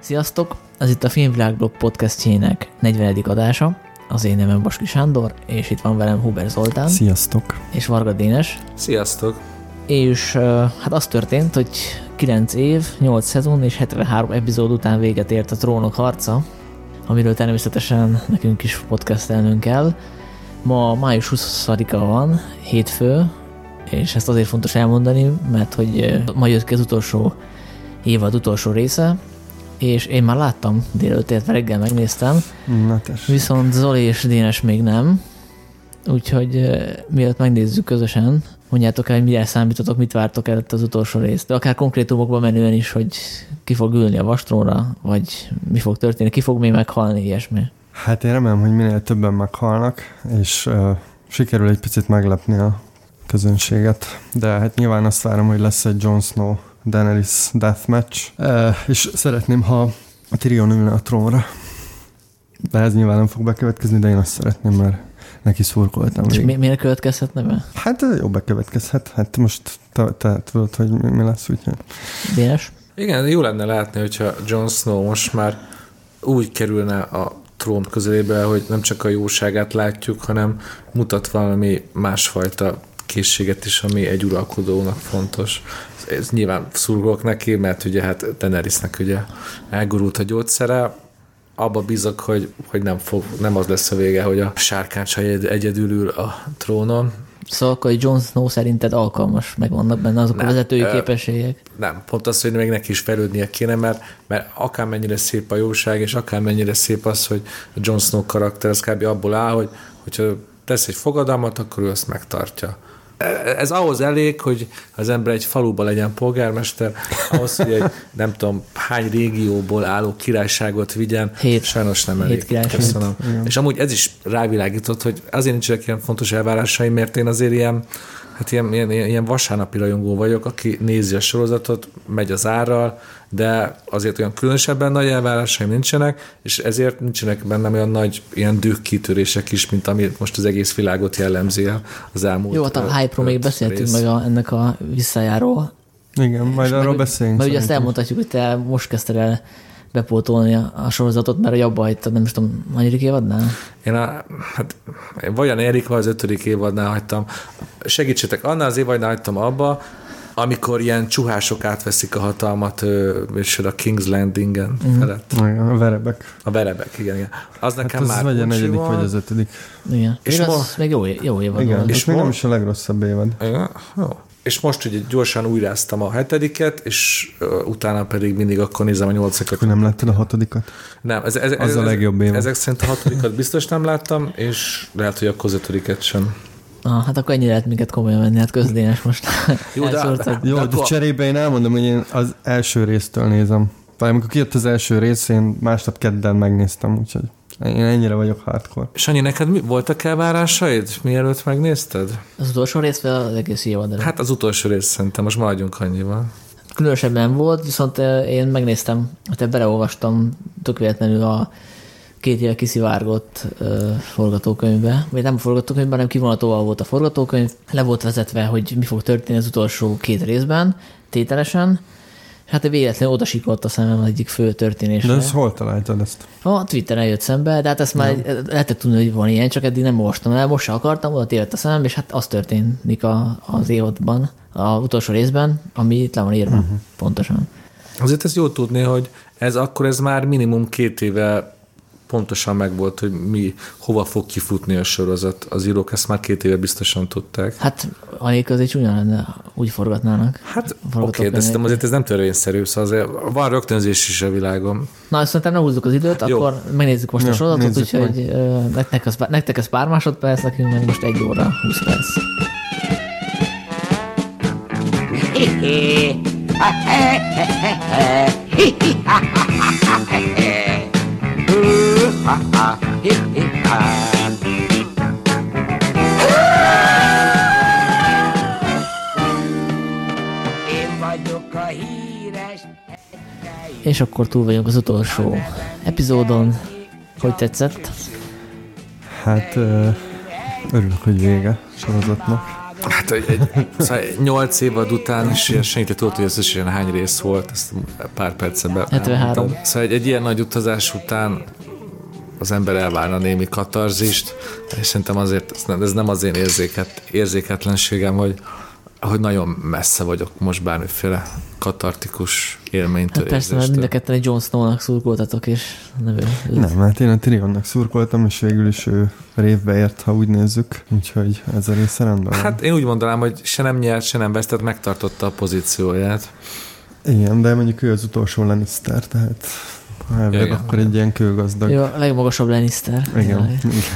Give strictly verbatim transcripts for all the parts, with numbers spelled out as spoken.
Sziasztok! Ez itt a Filmvilágblog podcastjének negyvenedik adása. Az én nevem Baski Sándor, és itt van velem Huber Zoltán. Sziasztok! És Varga Dénes. Sziasztok! És hát az történt, hogy kilenc év, nyolc szezon és hetvenhárom epizód után véget ért a Trónok harca, amiről természetesen nekünk is podcastelnünk kell. Ma május huszadika van, hétfő, és ezt azért fontos elmondani, mert hogy ma jött ki az utolsó évad utolsó része, és én már láttam délelőtt, illetve reggel megnéztem, Na, viszont Zoli és Dénes még nem, úgyhogy mielőtt megnézzük közösen, mondjátok el, hogy mire számítotok, mit vártok el az utolsó részt, de akár konkrétumokban menően is, hogy ki fog ülni a vastrónra, vagy mi fog történni, ki fog még meghalni, ilyesmi. Hát én remélem, hogy minél többen meghalnak, és uh, sikerül egy picit meglepni a közönséget, de hát nyilván azt várom, hogy lesz egy Jon Snow Daenerys deathmatch, uh, és szeretném, ha a Tyrion ülne a trónra. De ez nyilván nem fog bekövetkezni, de én azt szeretném, mert neki szurkoltam. És mi, miért következhetne be? Hát jó bekövetkezhet. Hát most te, te tudod, hogy mi, mi lesz, úgyhogy. Dénes? Igen, jó lenne látni, hogyha Jon Snow most már úgy kerülne a trón közelébe, hogy nem csak a jóságát látjuk, hanem mutat valami másfajta készséget is, ami egy uralkodónak fontos. Ez nyilván szurkolok neki, mert ugye hát Daenerysnek ugye elgurult a gyógyszere, abba bízok, hogy, hogy nem, fog, nem az lesz a vége, hogy a sárkáncsa egyedül ül a trónon. Szóval akkor, hogy Jon Snow szerinted alkalmas, meg vannak benne azok nem, a vezetői ö, képességek? Nem, pont az, hogy még neki is fejlődnie kéne, mert, mert akármennyire szép a jóság, és akármennyire szép az, hogy a Jon Snow karakter, az kb. Abból áll, hogy hogyha tesz egy fogadalmat, akkor ő azt megtartja. Ez ahhoz elég, hogy az ember egy faluban legyen polgármester, ahhoz, hogy egy nem tudom hány régióból álló királyságot vigyen, hét, sajnos nem elég. Köszönöm. És amúgy ez is rávilágított, hogy azért nincsenek ilyen fontos elvárásaim, mert én azért ilyen, hát ilyen, ilyen, ilyen vasárnapi rajongó vagyok, aki nézi a sorozatot, megy az árral, de azért olyan különösebben nagy elvárásaim nincsenek, és ezért nincsenek bennem olyan nagy ilyen dühkitörések is, mint ami most az egész világot jellemzi az elmúlt. Jó, hát a hype-ról még beszéltünk meg a, ennek a visszajáról. Igen, majd arról beszéljünk. Mert ugye ezt elmondhatjuk, hogy te most kezdted el bepótolni a, a sorozatot, mert hogy abba hagytad, nem is tudom, annyidik évadnál? Én a, hát vajon Erika az ötödik évadnál hagytam. Segítsetek, annál az évadnál hagytam abba, amikor ilyen csuhások átveszik a hatalmat, és a King's Landingen uh-huh. felett. Igen, a verebek. A verebek, igen, igen. Az nekem hát az már vagy a negyedik, vagy az ötödik. Igen. És az ma... még jó, jó évad igen, van. és még nem is a legrosszabb évad. Igen, jó. És most ugye gyorsan újráztam a hetediket, és uh, utána pedig mindig akkor nézem a nyolcakat. Akkor nem láttad a hatodikat? Nem, ez, ez, az ez, a legjobb évad. Ezek szerint a hatodikat biztos nem láttam, és lehet, hogy akkor az ötödiket sem. Ah, hát akkor ennyi lehet minket komolyan venni, hát Közdénes most. Jó, de, de, jó, de, de akkor... cserébe én elmondom, hogy én az első résztől nézem. Vagy amikor kijött az első rész, én másnap kedden megnéztem, úgyhogy én ennyire vagyok hardcore. Sanyi, neked mi, voltak elvárásaid, mielőtt megnézted? Az utolsó rész, vagy az egész évad? Hát az utolsó rész szerintem, most maradjunk annyival. Különösebben nem volt, viszont én megnéztem, hogy beleolvastam tök véletlenül a két éve kiszivárgott uh, forgatókönyvbe, vagy nem a forgatókönyvben, hanem kivonatóval volt a forgatókönyv, le volt vezetve, hogy mi fog történni az utolsó két részben, tételesen. Hát véletlenül oda sikolt a szemem az egyik fő történésre. De ezt hol találtad ezt? A Twitteren jött szembe, de hát ezt már ja. lehetett tudni, hogy van ilyen, csak eddig nem olvastam el, most se akartam, oda tévedt a szemem, és hát az történik a, az évadban, az utolsó részben, ami itt le van írva, uh-huh. pontosan. Azért ez jó tudni, hogy ez akkor ez már minimum két éve pontosan megvolt, hogy mi, hova fog kifutni a sorozat. Az írók ezt már két éve biztosan tudták. Hát, anélkül azért csúnya lenne, úgy forgatnának. Hát, oké, okay, de szerintem azért ez nem törvényszerű, szóval azért van rögtönzés is a világon. Na, szerintem nem húzzuk az időt, jó. Akkor megnézzük most Jó, a sorozatot, úgyhogy nektek, az, nektek ez pár másodperc, nekünk meg most egy óra, húsz perc. És akkor túl vagyunk az utolsó epizódon. Hogy tetszett? Hát örülök, hogy vége sorozatnak. Hát egy, egy, szóval nyolc évad után is senki tudott, hogy ez is ilyen hány rész volt, ezt pár percben hetvenhárom. Szóval egy, egy ilyen nagy utazás után az ember elvárna némi katarzist, és szerintem azért, ez nem az én érzéket, érzéketlenségem, hogy, hogy nagyon messze vagyok most bármiféle katartikus élménytől. Hát persze, mert mind a ketten egy Jon Snow-nak szurkoltatok, és nem ő. Nem, hát én a Tyrionnak szurkoltam, és végül is ő révbe ért, ha úgy nézzük, úgyhogy ez a része rendben van. Hát én úgy mondanám, hogy se nem nyert, se nem vesztett, megtartotta a pozícióját. Igen, de mondjuk ő az utolsó Lannister, tehát ha elvileg ja, akkor egy ilyen kőgazdag. Jó, a legmagasabb Lannister. Igen.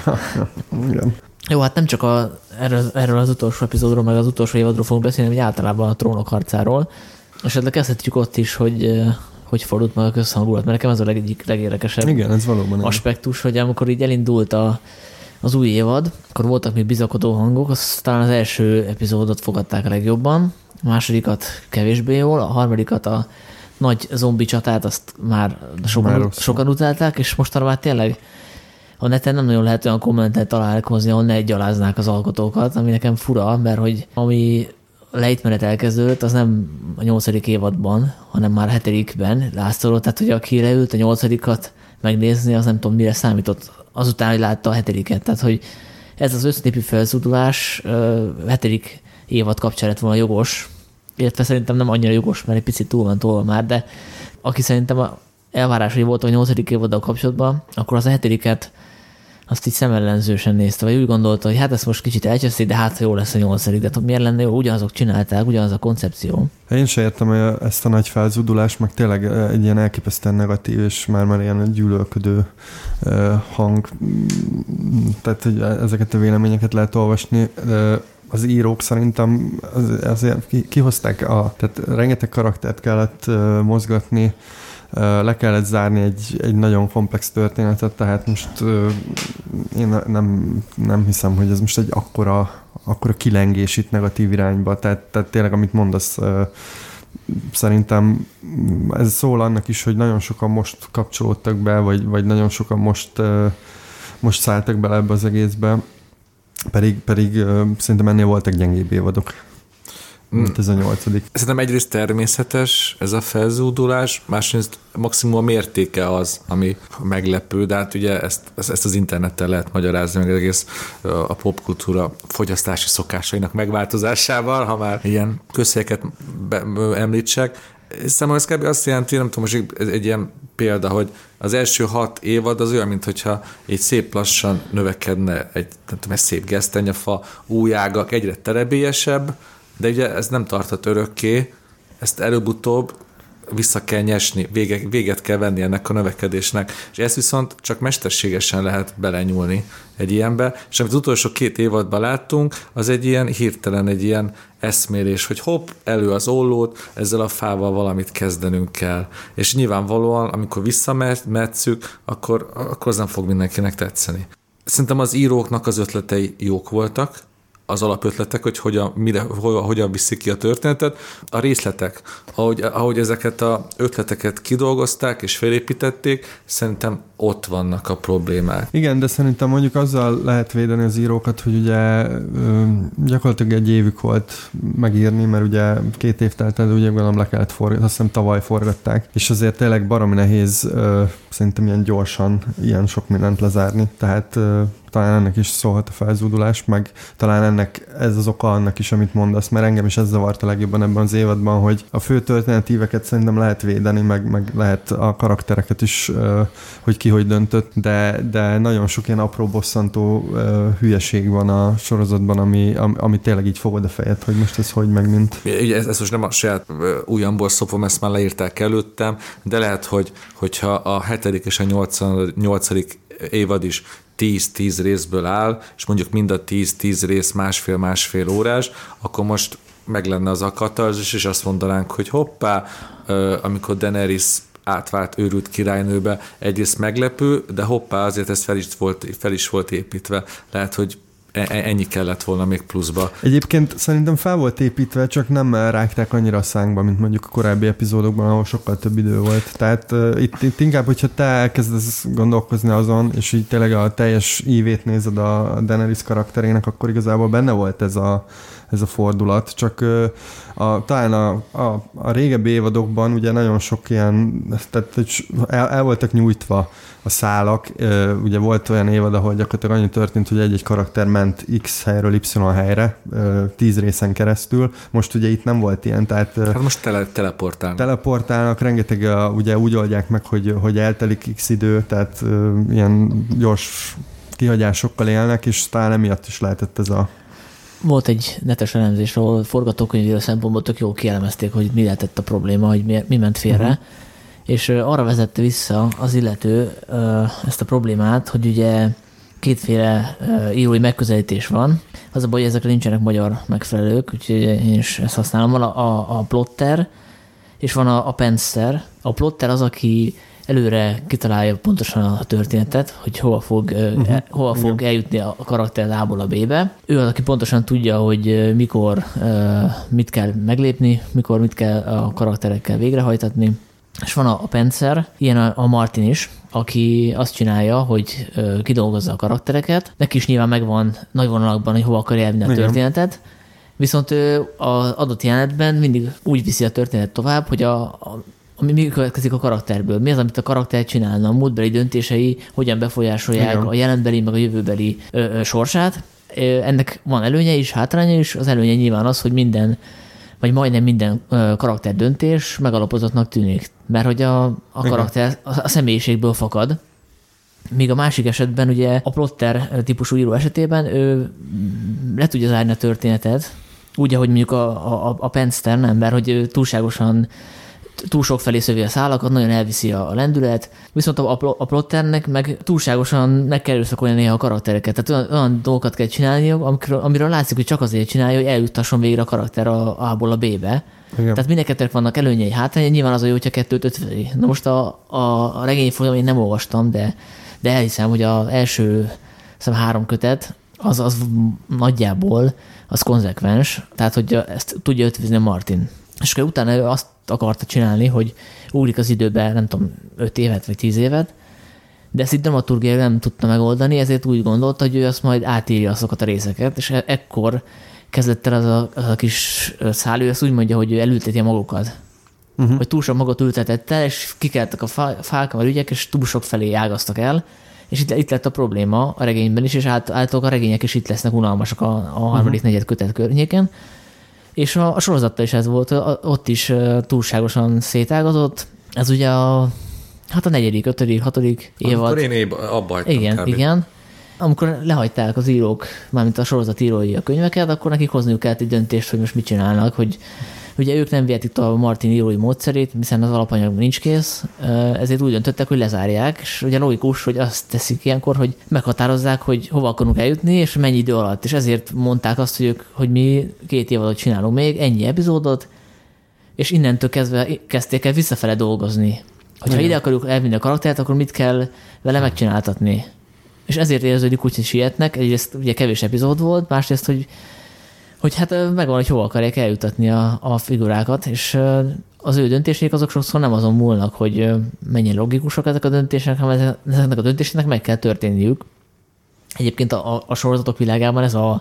Igen. Jó, hát nem csak a, erről, erről az utolsó epizódról, meg az utolsó évadról fogunk beszélni, hogy általában a Trónok harcáról. Esetleg kezdhetjük ott is, hogy hogy fordult meg a közhangulat, mert nekem ez a leg, egyik legérdekesebb Igen, ez valóban aspektus, hogy amikor így elindult a, az új évad, akkor voltak még bizakodó hangok, az talán az első epizódot fogadták a legjobban, a másodikat kevésbé jól, a harmadikat a nagy zombi csatát, azt már sokan, már sokan utálták, és mostanra már tényleg a neten nem nagyon lehet olyan kommentet találkozni, ahol ne gyaláznák az alkotókat, ami nekem fura, mert hogy ami lejtmenet elkezdődött, az nem a nyolcadik évadban, hanem már a hetedikben látszolott, tehát hogy aki leült a nyolcadikat megnézni, az nem tudom, mire számított azután, hogy látta a hetediket. Tehát, hogy ez az össznépi felszódulás hetedik évad kapcsán lett volna jogos, illetve szerintem nem annyira jogos, mert egy picit túl van tolva már, de aki szerintem a elvárásai volt a nyolcadik évaddal kapcsolatban, akkor az a hetediket azt így szemellenzősen nézte, vagy úgy gondolta, hogy hát ezt most kicsit elcseszik, de hát jó lesz a nyolcadik, de miért lenne jó, ugyanazok csinálták, ugyanaz a koncepció. Én sem értem ezt a nagy felzúdulást, meg tényleg egy ilyen elképesztően negatív, és már-már ilyen gyűlölködő hang, tehát hogy ezeket a véleményeket lehet olvasni. Az írók szerintem azért kihozták, a, tehát rengeteg karaktert kellett mozgatni, le kellett zárni egy, egy nagyon komplex történetet, tehát most én nem, nem hiszem, hogy ez most egy akkora, akkora kilengés itt negatív irányba, tehát, tehát tényleg, amit mondasz, szerintem ez szól annak is, hogy nagyon sokan most kapcsolódtak be, vagy, vagy nagyon sokan most, most szálltak bele ebbe az egészbe, pedig, pedig szerintem ennél voltak gyengébb évadok. Mint ez a nyolcadik. Szerintem egyrészt természetes ez a felzúdulás, másrészt maximum a mértéke az, ami meglepő, de hát ugye ezt, ezt az interneten lehet magyarázni, meg egész a popkultúra fogyasztási szokásainak megváltozásával, ha már ilyen közhelyeket említsek. Szerintem ez kb. Azt jelenti, nem tudom, most egy, egy ilyen példa, hogy az első hat évad az olyan, mintha egy szép lassan növekedne egy, nem tudom, egy szép gesztenyefa, új ágak, egyre terebélyesebb, de ugye ez nem tarthat örökké, ezt előbb-utóbb vissza kell nyesni, vége, véget kell venni ennek a növekedésnek, és ezt viszont csak mesterségesen lehet belenyúlni egy ilyenbe, és amit az utolsó két évadban láttunk, az egy ilyen hirtelen, egy ilyen eszmélés, hogy hopp, elő az ollót, ezzel a fával valamit kezdenünk kell. És nyilvánvalóan, amikor visszametszük, akkor, akkor az nem fog mindenkinek tetszeni. Szerintem az íróknak az ötletei jók voltak, az alapötletek, hogy hogyan, mire, hogyan viszik ki a történetet. A részletek, ahogy, ahogy ezeket az ötleteket kidolgozták és felépítették, szerintem ott vannak a problémák. Igen, de szerintem mondjuk azzal lehet védeni az írókat, hogy ugye gyakorlatilag egy évük volt megírni, mert ugye két év telt el, ugye gondolom le kellett forgatni, azt hiszem tavaly forgatták, és azért tényleg baromi nehéz szerintem ilyen gyorsan ilyen sok mindent lezárni, tehát talán ennek is szólhat a felzúdulás, meg talán ennek ez az oka annak is, amit mondasz, mert engem is ez zavart a legjobban ebben az évadban, hogy a fő történetíveket szerintem lehet védeni, meg, meg lehet a karaktereket is, hogy ki hogy döntött, de, de nagyon sok ilyen apró bosszantó hülyeség van a sorozatban, ami, ami tényleg így fogod a fejed, hogy most ez hogy meg mint. Ugye ez, ez most nem a saját újamból szopom, ezt már leírták előttem, de lehet, hogy hogyha a hetedik és a nyolcadik évad is tíz-tíz részből áll, és mondjuk mind a tíz-tíz rész másfél-másfél órás, akkor most meg lenne az a katarzis, és azt mondanánk, hogy hoppá, amikor Daenerys átvált őrült királynőbe, egyrészt meglepő, de hoppá, azért ez fel is volt, fel is volt építve. Lehet, hogy ennyi kellett volna még pluszba. Egyébként szerintem fel volt építve, csak nem rágták annyira a szánkba, mint mondjuk a korábbi epizódokban, ahol sokkal több idő volt. Tehát uh, itt, itt inkább, hogyha te elkezdesz gondolkozni azon, és így tényleg a teljes ívét nézed a Daenerys karakterének, akkor igazából benne volt ez a ez a fordulat, csak a, talán a, a, a régebbi évadokban ugye nagyon sok ilyen, tehát el, el voltak nyújtva a szálak, ugye volt olyan évad, ahol gyakorlatilag annyi történt, hogy egy-egy karakter ment X helyről Y helyre, tíz részen keresztül, most ugye itt nem volt ilyen, tehát... Hát most tele, teleportálnak. Teleportálnak, rengeteg ugye úgy oldják meg, hogy, hogy eltelik X idő, tehát ilyen gyors kihagyásokkal élnek, és talán emiatt is lehetett ez a... Volt egy netes elemzés, ahol forgatókönyvíró szempontból tök jól kielemezték, hogy mi lehetett a probléma, hogy mi, mi ment félre, uh-huh. és uh, arra vezette vissza az illető uh, ezt a problémát, hogy ugye kétféle uh, írói megközelítés van. Az a baj, hogy ezekre nincsenek magyar megfelelők, úgyhogy én is ezt használom. Van a, a, a plotter, és van a, a penster. A plotter az, aki előre kitalálja pontosan a történetet, hogy hova fog, uh-huh. el, hova fog eljutni a karakter A-ból a B-be. Ő az, aki pontosan tudja, hogy mikor mit kell meglépni, mikor mit kell a karakterekkel végrehajtatni. És van a, a Pencer, ilyen a, a Martin is, aki azt csinálja, hogy kidolgozza a karaktereket. Neki is nyilván megvan nagy vonalakban, hogy hova akar elvinni a történetet. Viszont ő az adott jelenetben mindig úgy viszi a történet tovább, hogy a, a ami mi következik a karakterből. Mi az, amit a karakter csinálna, a múltbeli döntései hogyan befolyásolják igen. a jelenbeli, meg a jövőbeli ö, ö, sorsát. Ennek van előnye is, hátránya is. Az előnye nyilván az, hogy minden, vagy majdnem minden ö, karakter döntés megalapozottnak tűnik. Mert hogy a, a karakter a, a személyiségből fakad. Míg a másik esetben, ugye a plotter típusú író esetében ő le tudja zárni a történetet, úgy, ahogy mondjuk a, a, a Penster nem, mert hogy túlságosan túl sok felé szövi a szálakat, nagyon elviszi a lendület, viszont a, a plotternek meg túlságosan meg kell erőszakolni néha a karaktereket. Tehát olyan, olyan dolgokat kell csinálni, amiről, amiről látszik, hogy csak azért csinálja, hogy eljuttasson végre a karakter a A-ból a B-be. Igen. Tehát mindenkettőnek vannak előnyei, hátrányai, nyilván az a jó, hogyha kettőt ötvözi. Na most a, a, a regény folyamán én nem olvastam, de, de elhiszem, hogy az első szem három kötet, az, az nagyjából az konzekvens, tehát hogy ezt tudja ötvözni a Martin. És akkor utána ő azt akarta csinálni, hogy ugrik az időbe, nem tudom, öt évet vagy tíz évet, de ezt itt dramaturgiailag nem tudta megoldani, ezért úgy gondolta, hogy ő azt majd átírja azokat a részeket, és ekkor kezdett el az a, az a kis szál, ő azt úgy mondja, hogy ő elülteti a magukat. Uh-huh. Hogy túl sok magot ültetett el, és kikeltek a fálka vagy ügyek, és túl sok felé ágaztak el, és itt, itt lett a probléma a regényben is, és át, általában a regények is itt lesznek unalmasak a, a harmadik, uh-huh. negyed kötet környéken. És a, a sorozattal is ez volt, a, ott is uh, túlságosan szétágazott. Ez ugye a, hát a negyedik, ötödik, hatodik évad. Akkor én éb, abba hagytam. Igen, kb. igen. Amikor lehagyták az írók, mármint a sorozat írói a könyveket, akkor nekik hozniuk kellett egy döntést, hogy most mit csinálnak, hogy ugye ők nem vihetik a Martin írói módszerét, hiszen az alapanyag nincs kész, ezért úgy döntöttek, hogy lezárják, és ugye logikus, hogy azt teszik ilyenkor, hogy meghatározzák, hogy hova akarunk eljutni, és mennyi idő alatt, és ezért mondták azt, hogy ők, hogy mi két év alatt csinálunk még ennyi epizódot, és innentől kezdve kezdték el visszafele dolgozni. Hogyha ide akarjuk elvinni a karaktert, akkor mit kell vele megcsináltatni. És ezért érződik úgy, hogy sietnek, egyrészt ugye kevés epizód volt, másrészt, hogy hogy hát megvan, hogy hova akarják eljutatni a, a figurákat, és az ő döntéseik azok sokszor nem azon múlnak, hogy mennyire logikusak ezek a döntések, hanem ezeknek a döntéseknek meg kell történniük. Egyébként a, a sorozatok világában ez a,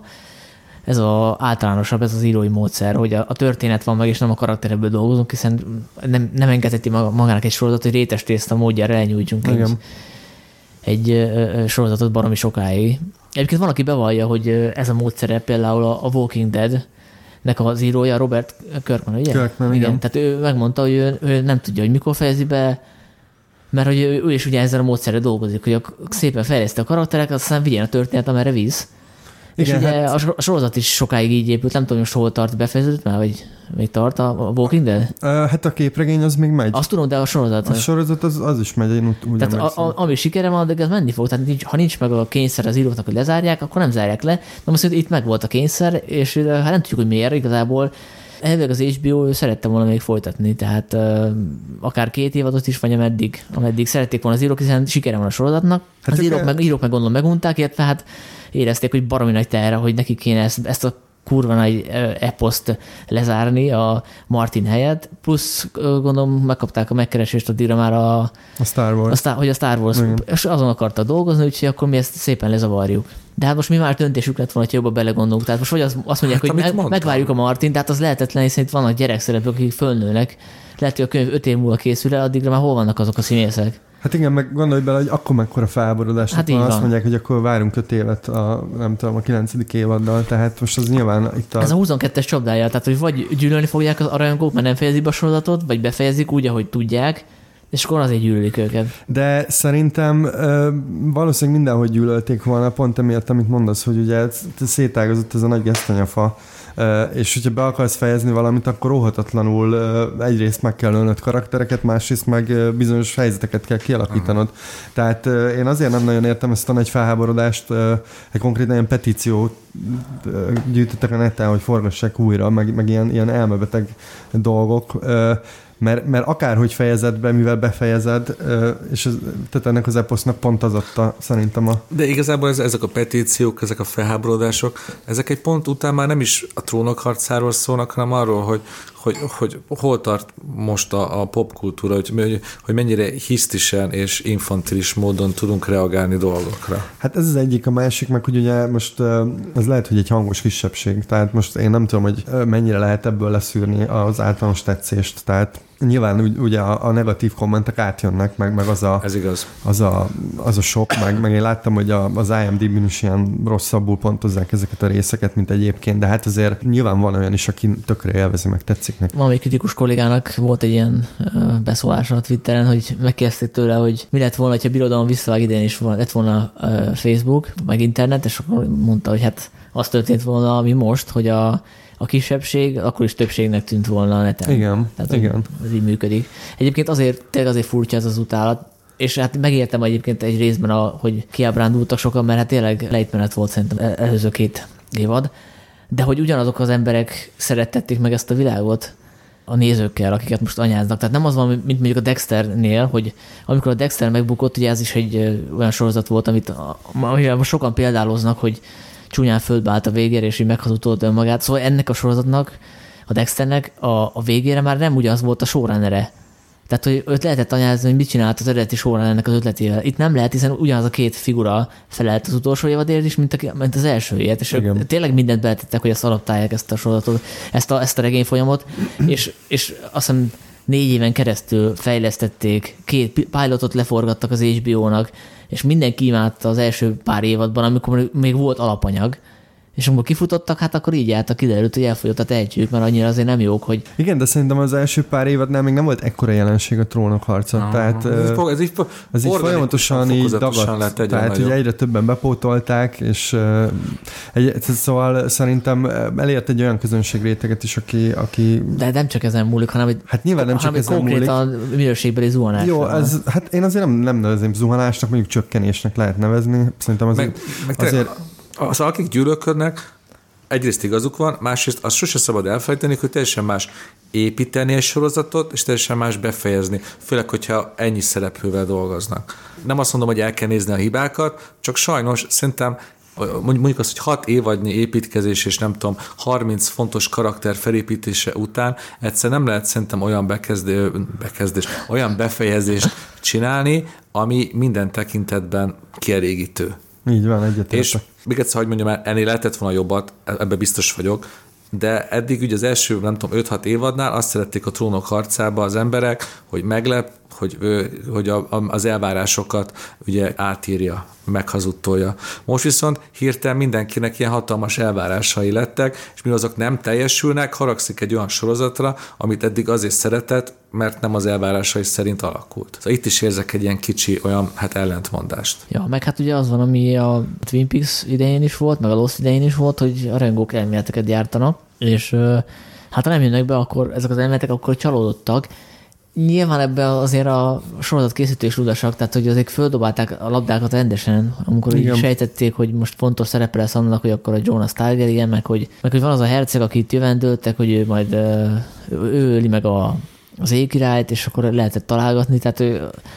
ez a általánosabb, ez az írói módszer, hogy a, a történet van meg, és nem a karakterekből dolgozunk, hiszen nem, nem engedheti magának egy sorozat, hogy rétestészt a módjára elnyújtsunk egy, egy sorozatot baromi sokáig. Egyébként van, aki bevallja, hogy ez a módszere például a Walking Dead-nek az írója, Robert Kirkman, ugye? Kirkman, igen. igen. Tehát ő megmondta, hogy ő, ő nem tudja, hogy mikor fejezi be, mert hogy ő, ő is ugye ezzel a módszerrel dolgozik, hogy a, szépen fejleszti a karaktereket, aztán vigyen a történet, amerre visz. Igen, és ugye hát... a sorozat is sokáig így épült, nem tudom, hogy hol tart, befejeződött már, vagy még tart a Walking Dead? Uh, hát a képregény az még megy. Azt tudom, de a sorozat. A sorozat az, az is megy, én úgy Tehát a, a, ami sikere van, de ez menni fog. Tehát nincs, ha nincs meg a kényszer az íróknak, hogy lezárják, akkor nem zárják le. Na most itt meg volt a kényszer, és hát nem tudjuk, hogy miért igazából. Elvileg az há bé o szerette volna még folytatni, tehát uh, akár két évadot is, vagy ameddig, ameddig szerették volna az írók, hiszen sikere van a sorozatnak. Hát az írók, el... meg, írók meg gondolom megunták, illetve hát érezték, hogy baromi nagy terre, hogy nekik kéne ezt, ezt a kurva nagy eposzt lezárni a Martin helyett, plusz gondolom megkapták a megkeresést addigra már a, a Star Wars, a Star, hogy a Star Wars, igen. És azon akarta dolgozni, úgyhogy akkor mi ezt szépen lezavarjuk. De hát most mi már döntésük lett volna, hogy jobban belegondolunk. Tehát most vagy az, azt mondják, hát, hogy meg, megvárjuk a Martin, tehát az lehetetlen, hiszen itt vannak gyerekszereplők, akik fölnőnek. Lehet, hogy a könyv öt év múlva készül el, addigra már hol vannak azok a színészek? Hát igen, meg gondolj bele, hogy akkor mekkora felborodás. Hát van, azt mondják, hogy akkor várunk öt évet a, nem tudom, a kilencedik évaddal, tehát most az nyilván itt a... Ez a huszonkettes csapdája, tehát hogy vagy gyűlölni fogják a rajongók, mert nem fejezik be a sorozatot, vagy befejezik úgy, ahogy tudják, és akkor azért gyűlölik őket. De szerintem valószínűleg mindenhogy gyűlölték volna, pont emiatt, amit mondasz, hogy ugye szétágazott ez a nagy gesztanyafa, és hogyha be akarsz fejezni valamit, akkor óhatatlanul egyrészt meg kell ölnöd karaktereket, másrészt meg bizonyos helyzeteket kell kialakítanod. Uh-huh. Tehát én azért nem nagyon értem ezt a nagy felháborodást, egy konkrétan ilyen petíciót gyűjtöttek a neten, hogy forgassák újra, meg, meg ilyen, ilyen elmebeteg dolgok, Mert, mert akárhogy fejezed be, mivel befejezed, és ez, tehát ennek az eposznak pont az adta szerintem a... De igazából ez, ezek a petíciók, ezek a felháborodások, ezek egy pont után már nem is a Trónok harcáról szólnak, hanem arról, hogy, hogy, hogy hol tart most a, a popkultúra, hogy, hogy mennyire hisztisen és infantilis módon tudunk reagálni dolgokra. Hát ez az egyik, a másik, meg hogy ugye most ez lehet, hogy egy hangos kisebbség, tehát most én nem tudom, hogy mennyire lehet ebből leszűrni az általános tetszést, tehát nyilván ugye a, a negatív kommentek átjönnek, meg, meg az, a, Ez igaz. az a az a sok, meg, meg én láttam, hogy a, az I M D B-n is ilyen rosszabbul pontozzák ezeket a részeket, mint egyébként, de hát azért nyilván van olyan is, aki tökre élvezi, meg tetszik neki. Van még kritikus kollégának volt egy ilyen beszólása a Twitteren, hogy megkérdezték tőle, hogy mi lett volna, ha birodalom visszavág idén is lett volna Facebook, meg internet, és akkor mondta, hogy hát az történt volna, ami most, hogy a a kisebbség akkor is többségnek tűnt volna a neten. Igen, Tehát, igen. Ez így működik. Egyébként azért, tényleg azért furcsa ez az utálat, és hát megértem egyébként egy részben, a, hogy kiábrándultak sokan, mert hát tényleg lejtmenet volt szerintem előző két évad, de hogy ugyanazok az emberek szerettették meg ezt a világot a nézőkkel, akiket most anyáznak. Tehát nem az van, mint mondjuk a Dexternél, hogy amikor a Dexter megbukott, ugye ez is egy olyan sorozat volt, amit amivel most sokan példáloznak, hogy csúnyán földbe állt a végére, és így meghazudtolt önmagát. Szóval ennek a sorozatnak, a Dexternek a, a végére már nem ugyanaz volt a showrunnere. Tehát, hogy őt lehetett anyázni, hogy mit csinált az eredeti showrunnernek az ötletével. Itt nem lehet, hiszen ugyanaz a két figura felelt az utolsó évadért is, mint, a, mint az első évet. És ők tényleg mindent beletettek, hogy ezt adaptálják ezt a sorozatot, ezt a, ezt a regényfolyamot, és, és azt hiszem négy éven keresztül fejlesztették, két pilotot leforgattak az há bé ó-nak, és mindenki imádta az első pár évadban, amikor még volt alapanyag, és amikor kifutottak, hát akkor így álltak, kiderült, hogy elfogyott a tehetségük, mert annyira azért nem jók, hogy... Igen, de szerintem az első pár évadnál még nem volt ekkora jelenség a Trónok harca. Ah, tehát ez, uh, ez így, ez így folyamatosan így dagadt. Tehát ugye egyre többen bepótolták, és uh, egy, szóval szerintem elért egy olyan közönségréteget is, aki... aki... De nem csak ezen múlik, hanem egy, hát nyilván nem csak ezen múlik. Hanem konkrétan minőségbeli zuhanás. Jó, ez, hát én azért nem, nem nevezném zuhanásnak, mondjuk csökkenésnek lehet nevezni. Szerintem az meg, meg azért... Az, akik gyűlölködnek, egyrészt igazuk van, másrészt azt sose szabad elfelejteni, hogy teljesen más építeni egy sorozatot, és teljesen más befejezni, főleg, hogyha ennyi szereplővel dolgoznak. Nem azt mondom, hogy el kell nézni a hibákat, csak sajnos szerintem mondjuk azt, hogy hat évadnyi építkezés, és nem tudom, harminc fontos karakter felépítése után egyszer nem lehet szerintem olyan bekezdé, bekezdés, olyan befejezést csinálni, ami minden tekintetben kielégítő. Így van, egyetértek. És még egyszer, hogy mondjam el, ennél lehetett volna jobbat, ebben biztos vagyok, de eddig ugye az első, nem tudom, öt-hat évadnál azt szerették a Trónok harcába az emberek, hogy meglep, hogy, hogy a, az elvárásokat ugye átírja, meghazudtolja. Most viszont hirtelen mindenkinek ilyen hatalmas elvárásai lettek, és mi azok nem teljesülnek, haragszik egy olyan sorozatra, amit eddig azért szeretett, mert nem az elvárásai szerint alakult. Szóval itt is érzek egy ilyen kicsi olyan hát ellentmondást. Ja, meg hát ugye az van, ami a Twin Peaks idején is volt, meg a Lost idején is volt, hogy a rajongók elméleteket gyártanak, és hát ha nem jönnek be, akkor ezek az elméletek akkor csalódottak. Nyilván ebben azért a sorozat készítő is ludasak, tehát hogy azért földobálták a labdákat rendesen, amikor így sejtették, hogy most fontos szerepe lesz annak, hogy akkor a Jonas Targaryen, meg hogy, meg hogy van az a herceg, akit jövendőltek, hogy ő majd ő öli meg a, az égkirályt, és akkor lehetett találgatni, tehát ő,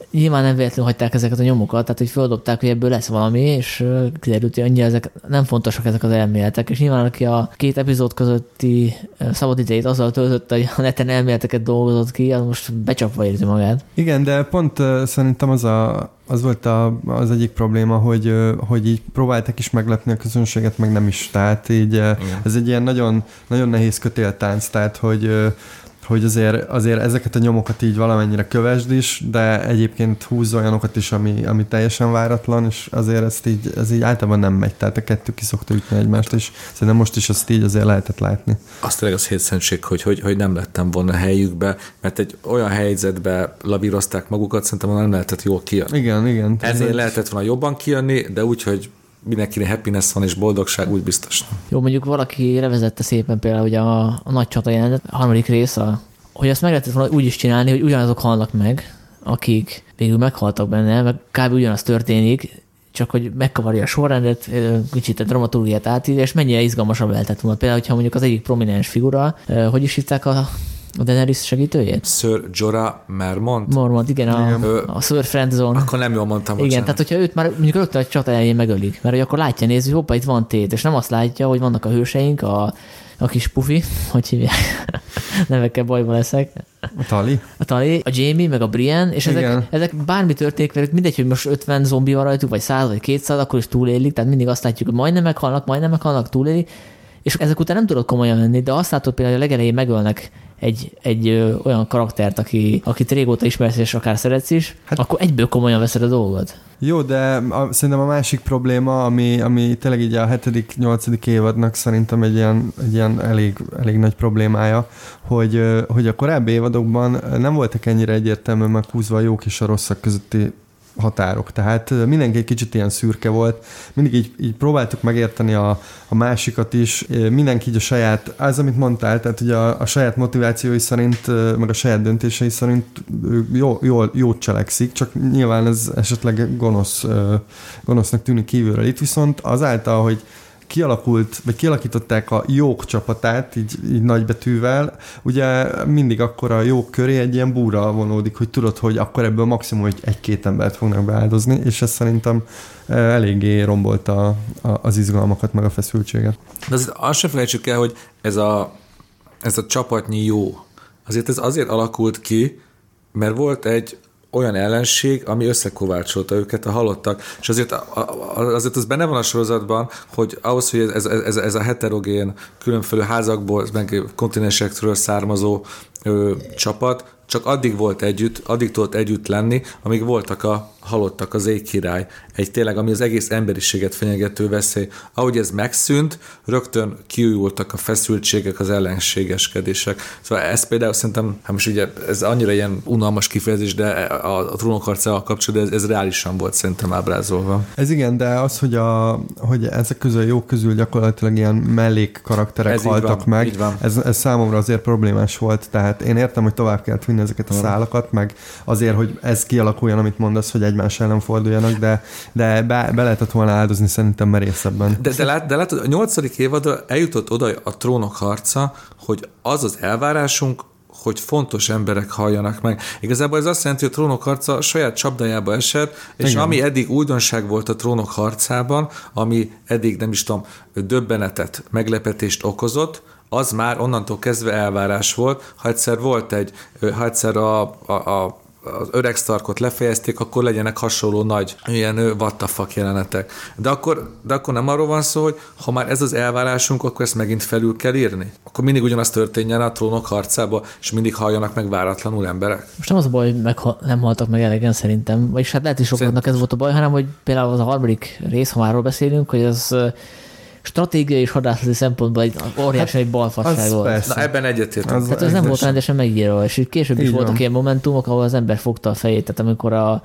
nyilván nem véletlenül hagyták ezeket a nyomokat, tehát hogy földobták, hogy ebből lesz valami, és kiderült, hogy annyira ezek nem fontosak ezek az elméletek, és nyilván aki a két epizód közötti szabad idejét azzal töltötte, hogy a neten elméleteket dolgozott ki, az most becsapva érzi magát. Igen, de pont uh, szerintem az, a, az volt a, az egyik probléma, hogy, uh, hogy így próbáltak is meglepni a közönséget, meg nem is. Tehát így uh, ez egy ilyen nagyon, nagyon nehéz kötéltánc, tehát hogy uh, hogy azért, azért ezeket a nyomokat így valamennyire kövesd is, de egyébként húzz olyanokat is, ami, ami teljesen váratlan, és azért ezt így, ez így általában nem megy, tehát a kettő ki szokta ütni egymást, és szerintem most is azt így azért lehetett látni. Azt tényleg az hétszentség, hogy, hogy, hogy nem lettem volna helyükbe, mert egy olyan helyzetbe lavírozták magukat, szerintem nem lehetett jól kijönni. Igen, igen. Ezért lehetett volna jobban kijönni, de úgy, hogy mindenkinek happiness van és boldogság, úgy biztos nem. Jó, mondjuk valaki revezette szépen például ugye a, a nagy csata jelenet, a harmadik rész, a, hogy ezt meg lehetett volna úgy is csinálni, hogy ugyanazok halnak meg, akik végül meghaltak benne, meg kb. Ugyanaz történik, csak hogy megkavarja a sorrendet, kicsit a dramaturgiát átírja, és mennyire izgalmasabb lehetett volna. Például, hogyha mondjuk az egyik prominens figura, hogy is hívták a A Daenerys segítőjét? Sir Jorah Mormont? Mormont, igen, a, igen. a Sir Friendzone. Akkor nem jól mondtam. Igen, tehát hogyha őt már mondjuk rögtön a csata elején megölik, mert hogy akkor látja, nézni, hogy hoppá, itt van tét, és nem azt látja, hogy vannak a hőseink, a, a kis pufi, hogy hívják, nevekkel bajba leszek. A Tali? A Tali, a Jaime, meg a Brienne, és ezek, ezek bármi történik velük, mindegy, hogy most ötven zombi van rajtuk, vagy száz, vagy kétszáz, akkor is túlélik, tehát mindig azt látjuk, hogy majdnem meghalnak, majdnem meghalnak, túlélik, és ezek után nem tudod komolyan venni, de azt látod például, hogy a legelején megölnek egy, egy ö, olyan karaktert, aki, akit régóta ismersz, és akár szeretsz is, hát, akkor egyből komolyan veszed a dolgot. Jó, de a, szerintem a másik probléma, ami, ami tényleg így a hetedik, nyolcadik évadnak szerintem egy ilyen, egy ilyen elég, elég nagy problémája, hogy, hogy a korábbi évadokban nem voltak ennyire egyértelműen meghúzva a jók és a rosszak közötti határok. Tehát mindenki egy kicsit ilyen szürke volt. Mindig így, így próbáltuk megérteni a, a másikat is. Mindenki így a saját, az, amit mondtál, tehát ugye a, a saját motivációi szerint, meg a saját döntései szerint jó, jól, jót cselekszik, csak nyilván ez esetleg gonosz, gonosznak tűnik kívülről. Itt viszont azáltal, hogy kialakult, vagy kialakították a jók csapatát, így, így nagybetűvel, ugye mindig akkor a jók köré egy ilyen búra vonódik, hogy tudod, hogy akkor ebből maximum egy, egy-két embert fognak beáldozni, és ez szerintem eléggé rombolta a, a, az izgalmakat, meg a feszültséget. De azért azt sem felejtsük el, hogy ez a, ez a csapatnyi jó. Azért ez azért alakult ki, mert volt egy olyan ellenség, ami összekovácsolta őket, a halottak. És azért, azért az benne van a sorozatban, hogy ahhoz, hogy ez, ez, ez a heterogén, különféle házakból, meg kontinensekről származó ö, csapat, csak addig volt együtt, addig tudott együtt lenni, amíg voltak a halottak, az Éjkirály. Egy tényleg, ami az egész emberiséget fenyegető veszély. Ahogy ez megszűnt, rögtön kiújultak a feszültségek, az ellenségeskedések. Szóval ez például szerintem, hát most ugye ez annyira ilyen unalmas kifejezés, de a, a trónokharcával kapcsolatban ez, ez reálisan volt szerintem ábrázolva. Ez igen, de az, hogy, a, hogy ezek közül, jók közül gyakorlatilag ilyen mellék karakterek ez haltak van, meg, ez, ez számomra azért problémás volt, tehát én értem, hogy tovább kellett vinni ezeket a szálakat, meg azért, hogy ez kialakuljon, amit mondasz, hogy egymás ellen forduljanak, de, de be, be lehetett volna áldozni szerintem merészebben. De, de, lát, de látod, a nyolcadik évadra eljutott oda a trónok harca, hogy az az elvárásunk, hogy fontos emberek halljanak meg. Igazából ez azt jelenti, hogy a trónok harca saját csapdájába esett, és igen, ami eddig újdonság volt a trónok harcában, ami eddig nem is tudom, döbbenetet, meglepetést okozott, az már onnantól kezdve elvárás volt. Ha egyszer volt egy, ha egyszer a, a, a az öreg Starkot lefejezték, akkor legyenek hasonló nagy ilyen what the fuck jelenetek. De akkor, de akkor nem arról van szó, hogy ha már ez az elvárásunk, akkor ezt megint felül kell írni. Akkor mindig ugyanaz történjen a trónok harcába, és mindig halljanak meg váratlanul emberek. Most nem az a baj, hogy meg, nem haltak meg elegen szerintem, vagyis hát lehet is sokaknak ez volt a baj, hanem hogy például az a harmadik rész, ha márról beszélünk, hogy az stratégiai és hadászati szempontból egy óriási egy balfasság volt. Persze. Na ebben egyetértem. Tehát ez nem volt rendesen megírva, és így később is voltak ilyen momentumok, ahol az ember fogta a fejét, tehát amikor a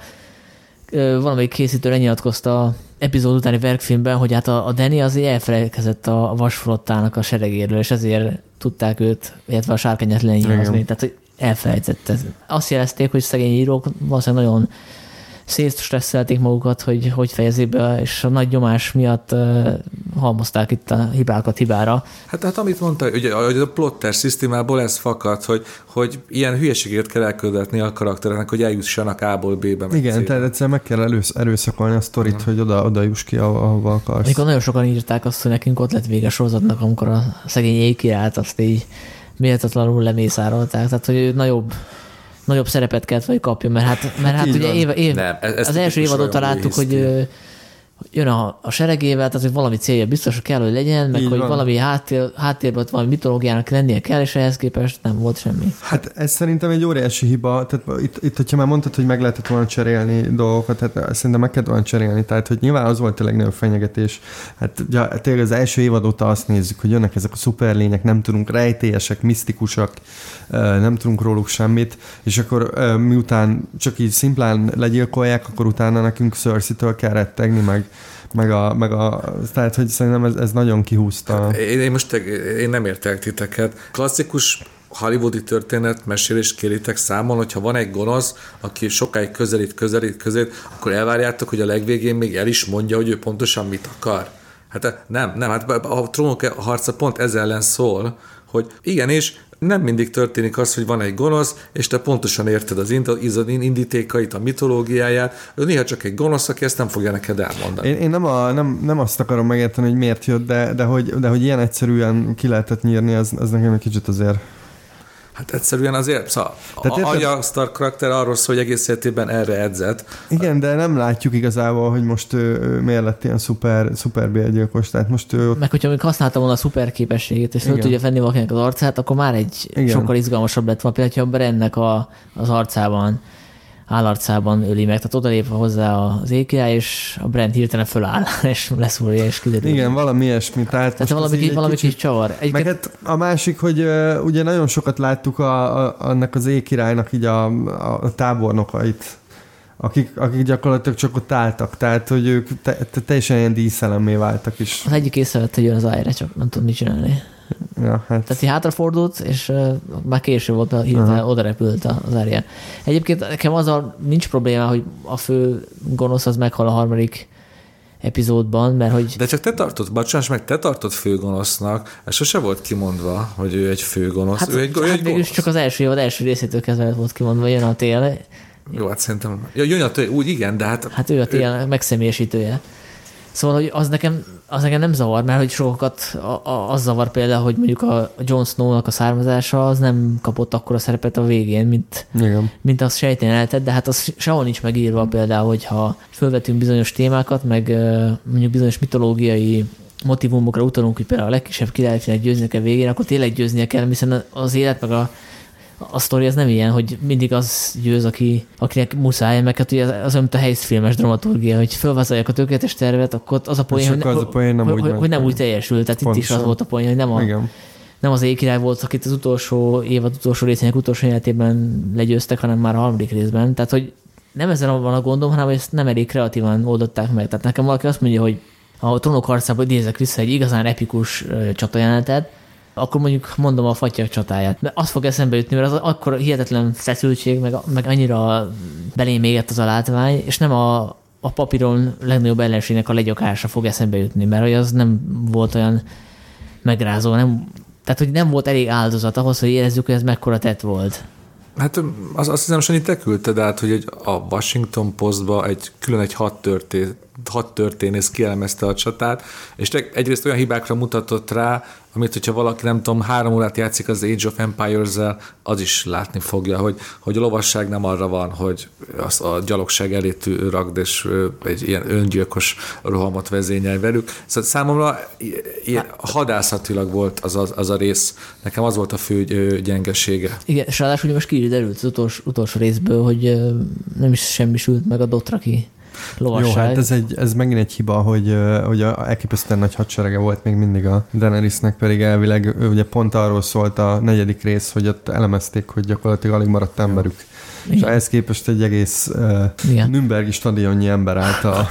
valamelyik készítő lenyilatkozta epizód utáni verkfilmben, hogy hát a, a Dany azért elfelejkezett a, a vasflottának a seregéről, és ezért tudták őt, illetve a sárkányát lenyilatkozni. Tehát, hogy elfelejtett. Azt jelezték, hogy szegény írók valószínűleg nagyon szétstresszelték magukat, hogy hogy fejezik be, és a nagy nyomás miatt uh, halmozták itt a hibákat hibára. Hát, hát amit mondta, ugye a plotter szisztémából ez fakad, hogy, hogy ilyen hülyeségét kell elkövetni a karaktereknek, hogy eljussanak A-ból B-be. Igen, C-be. Tehát egyszerűen meg kell elősz, erőszakolni a sztorit, uh-huh. hogy oda, oda juss ki, ahova akarsz. Amikor nagyon sokan írták azt, hogy nekünk ott lett vége sorozatnak, amikor a szegény éjkirált, azt így méltatlanul lemészárolták, tehát hogy nagyobb nagyobb szerepet kellett, hogy kapjon, mert hát, mert hát ugye év, év, Nem, az első évad óta láttuk, hogy ö, jön a, a seregével, tehát hogy valami célja biztos, hogy kell, hogy legyen, meg így hogy van. Valami háttér, háttérben valami mitológiának lennie kell, és ehhez képest nem volt semmi. Hát ez szerintem egy óriási hiba, tehát itt, itt hogyha már mondtad, hogy meg lehetett volna cserélni dolgokat, hát szerintem meg kellett volna cserélni, tehát hogy nyilván az volt a legnagyobb fenyegetés. Hát ugye, tényleg az első évad óta azt nézzük, hogy jönnek ezek a szuperlények, nem tudunk, rejtélyesek, misztikusak, nem tudunk róluk semmit, és akkor miután csak így szimplán legyilkolják, akkor utána nekünk Cersei-től kell rettegni, meg meg a, meg a, tehát, hogy szerintem ez, ez nagyon kihúzta. Én, én most én nem értek titeket. Klasszikus hollywoodi történet mesélést kéritek számon, hogyha van egy gonosz, aki sokáig közelít, közelít, közelít, akkor elvárjátok, hogy a legvégén még el is mondja, hogy ő pontosan mit akar. Hát nem, nem, hát a Trónok harca pont ez ellen szól, hogy igenis, nem mindig történik az, hogy van egy gonosz, és te pontosan érted az indítékait, a mitológiáját. Ő néha csak egy gonosz, aki ezt nem fogja neked elmondani. Én, én nem, a, nem, nem azt akarom megérteni, hogy miért jött, de, de, hogy, de hogy ilyen egyszerűen ki lehetett nyírni, az, az nekem egy kicsit azért... Hát egyszerűen azért, szóval a, a Stark karakter arról szól, hogy egész életében erre edzett. Igen, de nem látjuk igazából, hogy most ő, ő miért lett ilyen szuper, szuper bérgyilkos. Tehát most ő... Meg hogyha még használta volna a szuper képességét, és fel tudja venni valakinek az arcát, akkor már egy Igen. sokkal izgalmasabb lett volna. Például, ha Brennek a, az arcában, állarcában öli meg, tehát odalépve hozzá az ékirály, és a Brent hirtelen föláll, és leszúrja, és kiderül. Igen, valami ilyesmi. Tehát, tehát valami, kis, valami kicsit, kis csavar. Egyébként... Meg hát a másik, hogy uh, ugye nagyon sokat láttuk a, a, annak az ékirálynak így a, a, a tábornokait, akik, akik gyakorlatilag csak ott álltak, tehát hogy ők te, te, teljesen ilyen díszelemmé váltak is. Az egyik észrevett, hogy jön az ájra, csak nem tud mit csinálni. Ja, hát. Tehát így hátrafordult, és uh, már késő volt, a hirtelen oda repült az Arya. Egyébként nekem azzal nincs probléma, hogy a fő gonosz az meghal a harmadik epizódban, mert hogy... De csak te tartod, bocsáss meg, te tartod főgonosznak, ez sose volt kimondva, hogy ő egy főgonosz. Hát, ő egy, hát ő egy gonosz. Csak az első évad első részétől kezdve volt kimondva, jön a tél. Jó, hát szerintem... Ja, jön a tél, úgy igen, de hát... Hát ő a tél ő... megszemélyesítője. Szóval, hogy az nekem, az nekem nem zavar, mert hogy sokakat a, a, az zavar például, hogy mondjuk a Jon Snow-nak a származása az nem kapott akkora szerepet a végén, mint, mint azt sejteni lehetett, de hát az sehol nincs megírva például, hogyha felvetünk bizonyos témákat, meg mondjuk bizonyos mitológiai motivumokra utalunk, hogy például a legkisebb királyfinak győzni kell végén, akkor tényleg győznie kell, hiszen az élet meg a A sztori az nem ilyen, hogy mindig az győz, aki, akinek muszáj, meg hát ugye az olyan, mint a helyzfilmes dramaturgia, hogy felvázolják a tökéletes tervet, akkor az a poén, hogy, az a poén nem, hogy, úgy hogy nem úgy teljesül. Tehát Pontosan. Itt is az volt a poén, hogy nem, a, nem az éjkirály volt, akit az utolsó évad utolsó részének utolsó életében legyőztek, hanem már a harmadik részben. Tehát, hogy nem ezen van a gondom, hanem hogy ezt nem elég kreatívan oldották meg. Tehát nekem valaki azt mondja, hogy a Trónok harcából idézek vissza egy igazán epikus csatajelenetet, akkor mondjuk mondom a fatyak csatáját. De az fog eszembe jutni, mert az akkor hihetetlen feszültség, meg, meg annyira belém égett az a látvány, és nem a, a papíron legnagyobb ellenségnek a legyakása fog eszembe jutni, mert hogy az nem volt olyan megrázó, nem, tehát hogy nem volt elég áldozat ahhoz, hogy érezzük, hogy ez mekkora tett volt. Hát az, azt hiszem, hogy te küldted át, hogy egy, a Washington Postba egy külön egy hat történet hat történész kielemezte a csatát, és egyrészt olyan hibákra mutatott rá, amit, hogyha valaki, nem tudom, három órát játszik az Age of Empires-zel, az is látni fogja, hogy, hogy a lovasság nem arra van, hogy az a gyalogság elé rakd, és egy ilyen öngyilkos rohamot vezényelj velük. Szóval számomra ilyen hadászatilag volt az, az, az a rész. Nekem az volt a fő gyengesége. Igen, és ráadásul most ki is derült az utolsó, utolsó részből, hogy nem is semmisült meg a Dothraki lovasság. Jó, hát ez, egy, ez megint egy hiba, hogy, hogy a elképesztően nagy hadserege volt még mindig a Daenerysnek, pedig elvileg ugye pont arról szólt a negyedik rész, hogy ott elemezték, hogy gyakorlatilag alig maradt emberük. Igen. És ehhez képest egy egész uh, Nürnbergi stadionnyi ember állt a,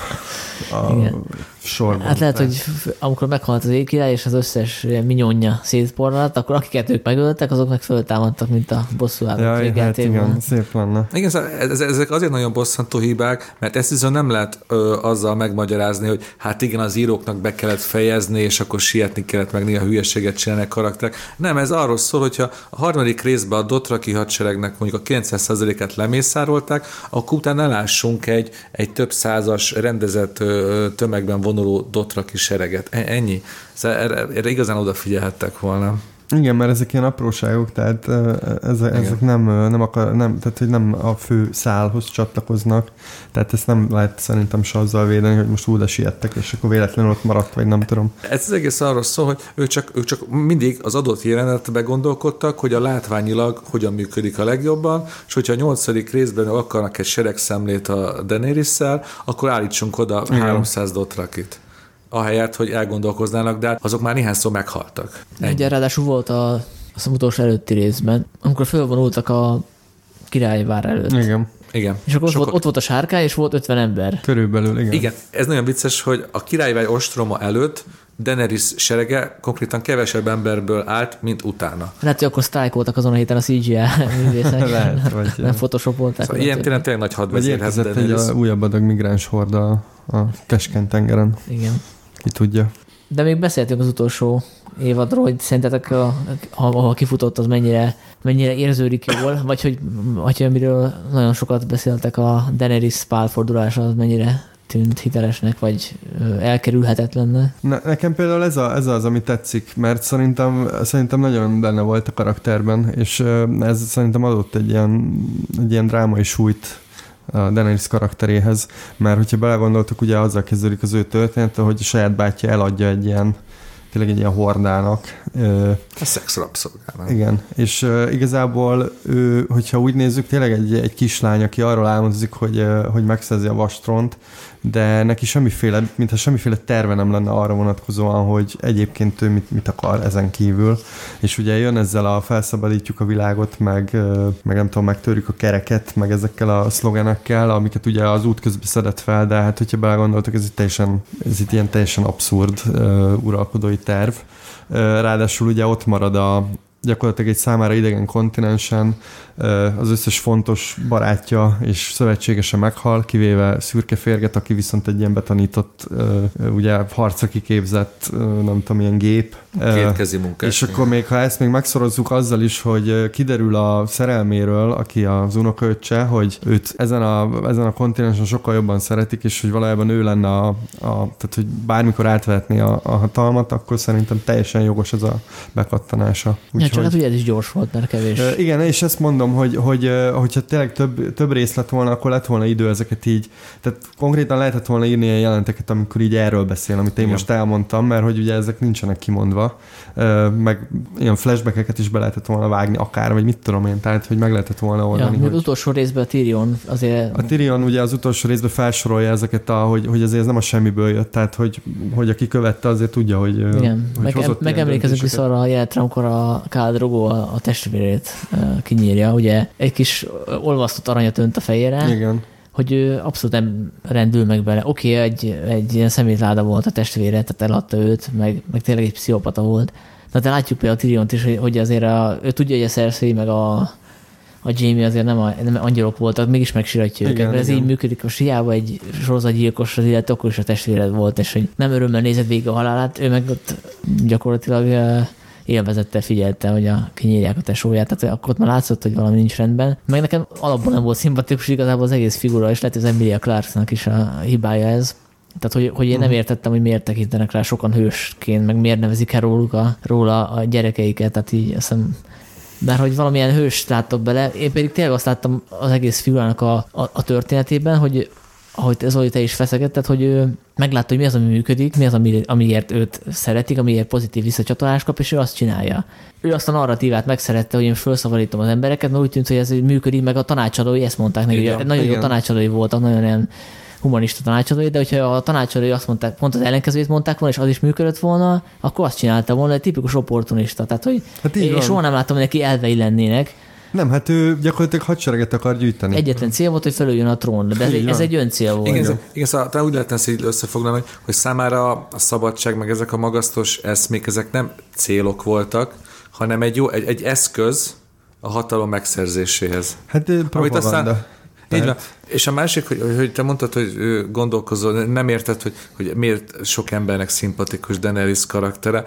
a sorban. Hát lehet, hogy amikor meghalt az éjkirály, és az összes minyonja szétporradt, akkor akiket ők megöltek, azok meg föltámadtak, mint a bosszúállók ja, végjátékban. Hát igen, szép lenne. Igen, ezek azért nagyon bosszantó hibák, mert ezt viszont nem lehet ö, azzal megmagyarázni, hogy hát igen, az íróknak be kellett fejezni, és akkor sietni kellett, meg néha hülyeséget csinálni a karakterek. Nem, ez arról szól, hogyha a harmadik részben a Dothraki hadseregnek mondjuk a kilencven százalékát lemészárolták, akkor utána lássunk egy, egy több százas rendezett ö, tömegben vonuló Dothraki sereget. Ennyi. Szóval erre, erre igazán odafigyelhettek volna. Igen, mert ezek ilyen apróságok, tehát ezek, ezek nem, nem, akar, nem, tehát, hogy nem a fő szálhoz csatlakoznak, tehát ezt nem lehet szerintem se azzal védeni, hogy most úgy siettek, és akkor véletlenül ott maradt, vagy nem tudom. Ez az egész arról szól, hogy ők csak, ők csak mindig az adott jelenetbe gondolkodtak, hogy a látványilag hogyan működik a legjobban, és hogyha a nyolcadik részben akarnak egy seregszemlét a Daenerys-szel, akkor állítsunk oda igen. háromszáz Dothrakit. Ahelyett, hogy elgondolkoznának, de azok már néhányszor meghaltak. Ugye ráadásul volt a, az utolsó előtti részben, amikor fölvonultak a királyvár előtt. Igen. Igen. És akkor ott volt, ott volt a sárkány, és volt ötven ember. Körülbelül, igen. Igen, ez nagyon vicces, hogy a királyvár ostroma előtt Daenerys serege konkrétan kevesebb emberből állt, mint utána. Lehet, hogy akkor sztrájkoltak azon a héten a cé gé í művészek. Lehet, vagy nem photoshopolták. Szóval ilyen tényleg, tényleg nagy hadvezérhez Daenerys. Vagy érkezett egy újabb adag migráns horda a Keskeny-tengeren. Igen. Ki tudja. De még beszéltünk az utolsó évadról, hogy szerintetek, a, ha, ha kifutott, az mennyire, mennyire érződik jól, vagy hogy, vagy amiről nagyon sokat beszéltek, a Daenerys pálfordulása, az mennyire tűnt hitelesnek, vagy elkerülhetetlennek? Ne, nekem például ez, a, ez az, ami tetszik, mert szerintem, szerintem nagyon benne volt a karakterben, és ez szerintem adott egy ilyen, egy ilyen drámai súlyt a Daenerys karakteréhez, mert hogyha belegondoltuk, ugye azzal kezdődik az ő története, hogy a saját bátyja eladja egy ilyen tényleg egy ilyen hordának. A szexrabszolgának. Igen, és uh, igazából ő, hogyha úgy nézzük, tényleg egy, egy kislány, aki arról álmodozik, hogy, uh, hogy megszerzi a vastront, de neki semmiféle, mintha semmiféle terve nem lenne arra vonatkozóan, hogy egyébként ő mit, mit akar ezen kívül. És ugye jön ezzel a felszabadítjuk a világot, meg, meg nem tudom, megtörjük a kereket, meg ezekkel a szlogenekkel, amiket ugye az út közben szedett fel, de hát hogyha belegondoltak, ez itt teljesen, ez itt ilyen teljesen abszurd uh, uralkodói terv. Uh, ráadásul ugye ott marad a gyakorlatilag egy számára idegen kontinensen az összes fontos barátja és szövetségese meghal, kivéve Szürke Férget, aki viszont egy ilyen betanított, ugye harcra kiképzett, nem tudom, ilyen gép. Kétkezi munkás. És akkor még, ha ezt még megszorozzuk azzal is, hogy kiderül a szerelméről, aki az unokaöccse, hogy őt ezen a, ezen a kontinensen sokkal jobban szeretik, és hogy valójában ő lenne a, a tehát hogy bármikor átvehetné a, a hatalmat, akkor szerintem teljesen jogos ez a bekattanása. Úgy, ja, csak hát ugye ez is gyors volt, mert kevés. Igen, és ezt mondom, hogy, hogy hogyha tényleg több, több rész lett volna, akkor lett volna idő ezeket így, tehát konkrétan lehetett volna írni ilyen jelenteket, amikor így erről beszél, amit én igen. most elmondtam, mert hogy ugye ezek nincsenek kimondva, meg ilyen flashbackeket is be lehetett volna vágni akár, vagy mit tudom én, tehát hogy meg lehetett volna oldani. Ja, hogy... Az utolsó részben a Tyrion azért... A Tyrion ugye az utolsó részben felsorolja ezeket, a, hogy, hogy azért ez nem a semmiből jött, tehát hogy, hogy aki követte, azért tudja, hogy, igen. hogy meg, megemlékezünk vissza arra a jelentre, amikor a Khal Drogo a, a testvérét kinyírja, ugye egy kis olvasztott aranyat önt a fejére, igen. hogy ő abszolút nem rendül meg bele. Oké, okay, egy, egy ilyen szemétláda volt a testvére, tehát eladta őt, meg, meg tényleg egy pszichopata volt. De hát látjuk például a Tyriont is, hogy, hogy azért a, ő tudja, hogy a Cersei meg a, a Jaime azért nem, a, nem angyalok voltak, mégis megsiratja őket. Mert ez így működik, most hiába egy sorozatgyilkos az illetve, akkor is a testvéred volt, és hogy nem örömmel nézett végig a halálát, ő meg ott gyakorlatilag élvezettel figyelte, hogy a, kinyírják a tesóját, tehát akkor ott már látszott, hogy valami nincs rendben. Meg nekem alapban nem volt szimpatikus igazából az egész figura, és lehet, hogy az Emilia Clarke-nak is a hibája ez. Tehát, hogy, hogy én nem értettem, hogy miért tekintenek rá sokan hősként, meg miért nevezik el róluk a, róla a gyerekeiket, tehát így azt hiszem, de hogy valamilyen hőst láttok bele. Én pedig tényleg azt láttam az egész figurának a, a, a történetében, hogy ahogy ez, ahogy te is feszegetted, hogy ő meglátta, hogy mi az, ami működik, mi az, amiért őt szeretik, amiért pozitív visszacsatolást kap, és ő azt csinálja. Ő azt a narratívát megszerette, hogy én felszabadítom az embereket, mert úgy tűnt, hogy ez működik, meg a tanácsadói ezt mondták neki, hogy nagyon igen, jó tanácsadói voltak, nagyon ilyen humanista tanácsadói, de hogyha a tanácsadói azt mondták, pont az ellenkezőjét mondták volna, és az is működött volna, akkor azt csinálta volna, egy tipikus opportunista. Tehát, hogy hát én soha nem láttam, hogy neki elvei lennének. Nem, hát ő gyakorlatilag hadsereget akar gyűjteni. Egyetlen cél volt, hogy felüljön a trónra, de ez, egy, ez egy öncél volt. Igen, igen, szóval talán úgy lehetne ezt így összefoglalni, hogy számára a szabadság, meg ezek a magasztos eszmék, ezek nem célok voltak, hanem egy jó, egy, egy eszköz a hatalom megszerzéséhez. Hát propaganda. Aztán, így van. És a másik, hogy, hogy te mondtad, hogy gondolkozol, nem érted, hogy, hogy miért sok embernek szimpatikus Daenerys karaktere.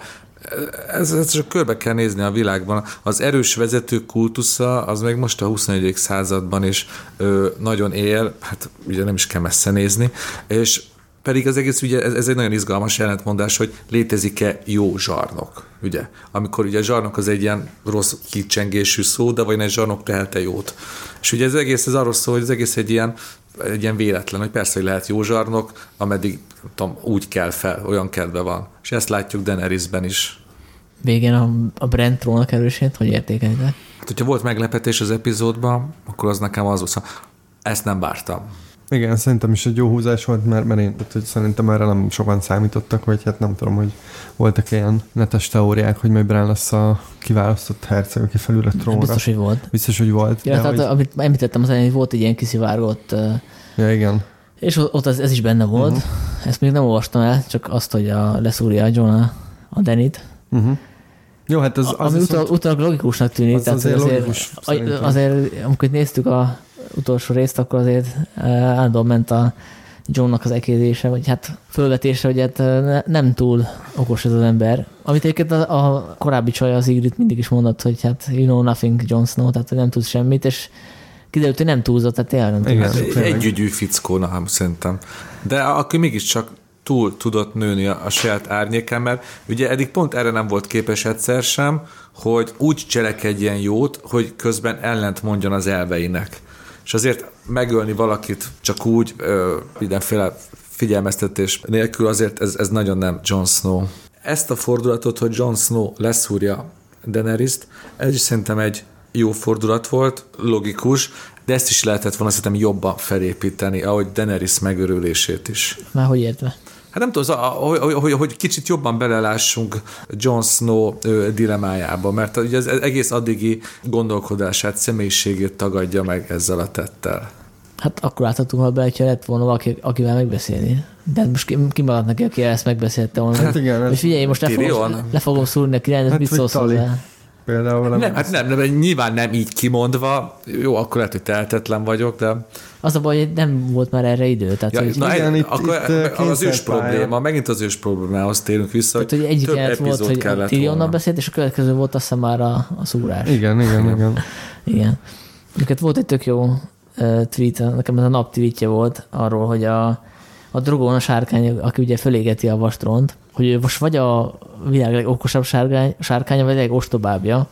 Ez, ez csak körbe kell nézni a világban. Az erős vezető kultusza az még most a huszonegyedik században is ö, nagyon él, hát ugye nem is kell messze nézni, és pedig az egész, ugye ez, ez egy nagyon izgalmas ellentmondás, hogy létezik-e jó zsarnok, ugye? Amikor ugye a zsarnok az egy ilyen rossz kicsengésű szó, de vagy egy zsarnok tehet-e jót. És ugye ez egész, ez arról szól, hogy ez egész egy ilyen, egy ilyen véletlen, hogy persze, hogy lehet jó zsarnok, ameddig tudom, úgy kell fel, olyan kedve van. És ezt látjuk Daenerysben is. Végén a, a Bran trónok erősét, hogy értékelte? Hát, hogyha volt meglepetés az epizódban, akkor az nekem az volt, ezt nem vártam. Igen, szerintem is egy jó húzás volt, mert, mert én hogy szerintem erre nem sokan számítottak, vagy hát nem tudom, hogy voltak ilyen netes teóriák, hogy majd Bran lesz a kiválasztott herceg, aki felül a trónra. Biztos, hogy volt. Biztos, hogy volt. Ja, tehát hogy... amit említettem az elején, hogy volt egy ilyen kiszivárgott... Ja, igen. És ott az, ez is benne volt. Uh-huh. Ezt még nem olvastam el, csak azt, hogy a leszúrja a John a, a Dannyt. Uh-huh. Jó, hát az, az ami utal, utána logikusnak tűnik. Az tehát azért, azért, logikus, azért, azért, amikor néztük a utolsó részt, akkor azért állandóan ment a Johnnak az ekézése, vagy hát fölvetése, hogy hát nem túl okos ez az ember. Amit egyébként a, a korábbi csaj, az Ygritte mindig is mondott, hogy hát you know nothing, Jon Snow, tehát hogy nem tudsz semmit, és kiderült, hogy nem túlzott, tehát tényleg nem túlzott. Egy gyügyű fickó, na, szerintem. De akkor mégiscsak túl tudott nőni a, a saját árnyékán, mert ugye eddig pont erre nem volt képes egyszer sem, hogy úgy cselekedjen jót, hogy közben ellent mondjon az elveinek. És azért megölni valakit csak úgy, ö, mindenféle figyelmeztetés nélkül, azért ez, ez nagyon nem Jon Snow. Ezt a fordulatot, hogy Jon Snow leszúrja Daenerys-t, ez is szerintem egy jó fordulat volt, logikus, de ezt is lehetett volna szerintem jobban felépíteni, ahogy Daenerys megörülését is. Már hogy értve? Hát nem tudom, hogy, hogy, hogy kicsit jobban belelássunk Jon Snow dilemájába, mert ugye az egész addigi gondolkodását, személyiségét tagadja meg ezzel a tettel. Hát akkor láthatunk volna be, hogyha lett volna valaki, akivel megbeszélni. De most kimaradt neki, aki ezt megbeszélte volna. Hát igen. És figyelj, most le fogom, le fogom szúrni neki, de hát mit szólsz hozzá? Például nem, nem, hát nem, nem, nyilván nem így kimondva, jó, akkor lehet, hogy tehetetlen vagyok, de... Az a baj, hogy nem volt már erre idő. Tehát, ja, hogy na, igen, itt, akkor itt az ős probléma, megint az ős problémához térünk vissza, tehát, hogy egyik több volt, hogy Tyrionnal beszélt, és a következő volt azt hiszem már a, a szúrás. Igen, igen, igen. Igen. Neked volt egy tök jó uh, tweet, nekem ez a nap tweetje volt arról, hogy a, a Drogon, a sárkány, aki ugye fölégeti a vastront, hogy most vagy a világ legokosabb sárkány, sárkánya, vagy a legostobábbja.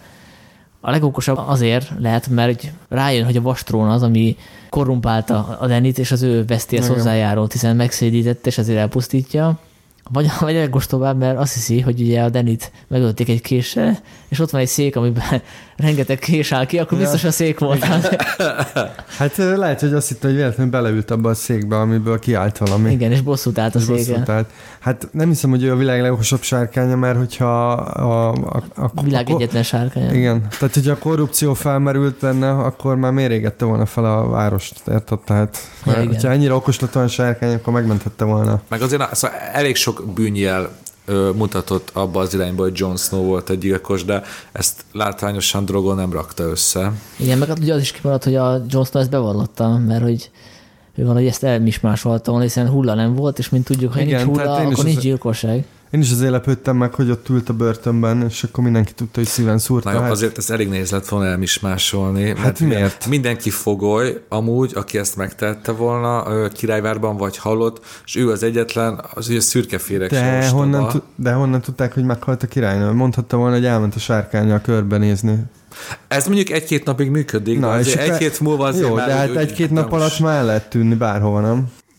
A legokosabb azért lehet, mert rájön, hogy a vastrón az, ami korrumpálta a Danyit, és az ő vesztélyhez hozzájárult, hiszen megszédítette, és ezért elpusztítja. Vagy, vagy a legostobább, mert azt hiszi, hogy ugye a Danyit megölték egy késsel, és ott van egy szék, amiben rengeteg kés áll ki, akkor ja. biztos a szék volt. Hát lehet, hogy azt hitte, hogy véletlenül beleült abba a székbe, amiből kiállt valami. Igen, és bosszút állt a széken. Hát nem hiszem, hogy ő a világ legokosabb sárkánya, mert hogyha a... a, a, a világ a, egyetlen sárkánya. Igen, tehát hogyha a korrupció felmerült benne, akkor már miért égette volna fel a várost, érted? Tehát, ja, mert, hogyha ennyire okos lett volna sárkány, akkor megmenthette volna. Meg azért szóval elég sok bűnjel ö, mutatott abba az irányba, hogy Jon Snow volt egy gyilkos, de ezt látványosan Drogon nem rakta össze. Igen, meg ugye az is kimaradt, hogy a Jon Snow ezt bevallotta, mert hogy ő valahogy ezt elmismásolta volna, hiszen hulla nem volt, és mint tudjuk, ha igen, nincs hulla, akkor nincs az... gyilkosság. Én is azért lepődtem meg, hogy ott ült a börtönben, és akkor mindenki tudta, hogy szíven szúrta. Na jó, hát... azért ez elég nehéz lett volna elmismásolni. Hát miért? Mindenki fogoly, amúgy, aki ezt megtehette volna, Királyvárban vagy halott, és ő az egyetlen, az ugye szürkeféreg de honnan, t- de honnan tudták, hogy meghalt a királynő? Mondhatta volna, hogy elment a sárkánnyal körbenézni. Ez mondjuk egy-két napig működik, na, és egy-két múlva azért jó, már... de hát egy-két nap alatt már lehet tűnni bárhova, nem?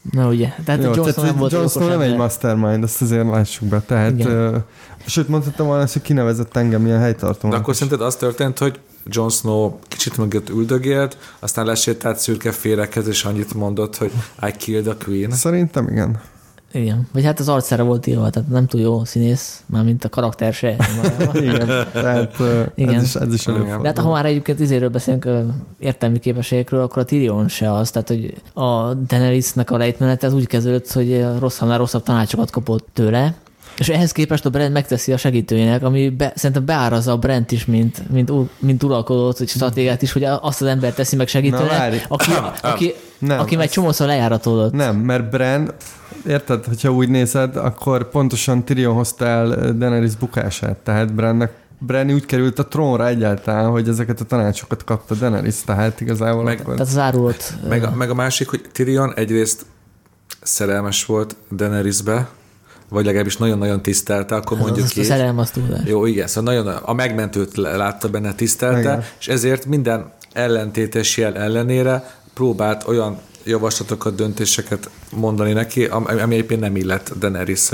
Na ugye, tehát Jó, Jon Snow tehát nem volt Jon Snow nem egy mastermind, ezt azért lássuk be. Tehát, uh, sőt, mondhattam volna, hogy kinevezett engem ilyen helytartónak. De akkor szerinted az történt, hogy Jon Snow kicsit mögött üldögélt, aztán lesétált szürke férekhez, és annyit mondott, hogy I killed a queen. Szerintem igen. Igen. Vagy hát az arcára volt írva, tehát nem túl jó színész, mármint a karakter se. Igen, tehát uh, igen. ez is, ez is előfordul. De hát ha már egyébként izéről beszélünk, értelmi képességekről, akkor a Tyrion se az, tehát hogy a Daenerysnek a lejtmenete az úgy kezdődött, hogy rosszabbnál rosszabb tanácsokat kapott tőle, és ehhez képest a Bran megteszi a segítőjének, ami be, szerintem beárazza a Brent is, mint, mint, mint uralkodót, vagy stratégát is, hogy azt az ember teszi meg segítőnek, aki, aki, nem, aki meg csomószor lejáratódott. Nem, mert Bran, érted, hogyha úgy nézed, akkor pontosan Tyrion hozta el Daenerys bukását, tehát Brannek Bran úgy került a trónra egyáltalán, hogy ezeket a tanácsokat kapta Daenerys, tehát igazából meg, akkor... Tehát az árulott... Meg, a, meg a másik, hogy Tyrion egyrészt szerelmes volt Daenerysbe, vagy legalábbis nagyon-nagyon tisztelte, akkor az mondjuk az, ki. A szerelem az túlzás. Jó, igen, szóval nagyon a megmentőt látta benne, tisztelte, igen. És ezért minden ellentétes jel ellenére próbált olyan javaslatokat, döntéseket mondani neki, ami éppen nem illett Daenerys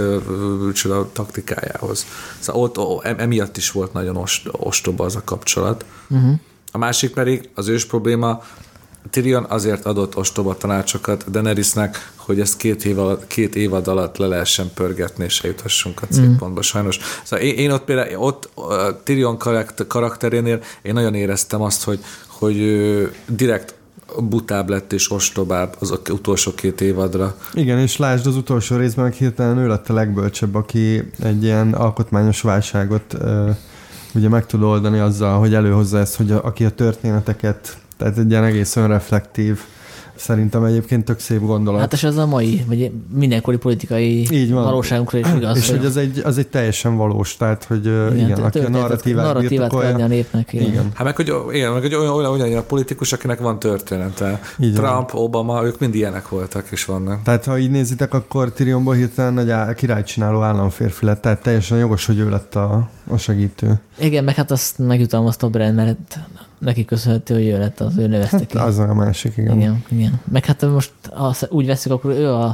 a taktikájához. Szóval ott emiatt is volt nagyon ostoba az a kapcsolat. Uh-huh. A másik pedig az ős probléma, Tyrion azért adott ostoba tanácsokat Daenerysnek, hogy ezt két, év alatt, két évad alatt le lehessen pörgetni, és eljutassunk a célpontba, mm. sajnos. Szóval én, én ott például, ott a Tyrion karakterénél én nagyon éreztem azt, hogy, hogy direkt butább lett és ostobább az utolsó két évadra. Igen, és lásd az utolsó részben, meg hirtelen ő lett a legbölcsebb, aki egy ilyen alkotmányos válságot uh, ugye meg tud oldani azzal, hogy előhozza ezt, hogy a, aki a történeteket, tehát egy ilyen egész önreflektív, szerintem egyébként tök szép gondolat. Hát és ez a mai, vagy mindenkori politikai valóságunkra is igaz. És hogy az egy, az egy teljesen valós, tehát hogy igen, igen aki a narratívát birtokolja. a népnek. Igen. igen. Hát meg, hogy, igen, meg, hogy olyan, olyan, olyan a politikus, akinek van története. Így Trump, van. Obama, ők mind ilyenek voltak és vannak. Tehát ha így nézitek, akkor Tyrionból hirtelen nagy á, királyt csináló államférfi lett, tehát teljesen jogos, hogy ő lett a, a segítő. Igen, meg hát azt megjutalmazta a Bran, mert neki köszönhető, hogy ő lett, az ő nevezte ki. Hát az a másik, igen. Igen, igen. Meg hát most azt úgy veszük, akkor ő a,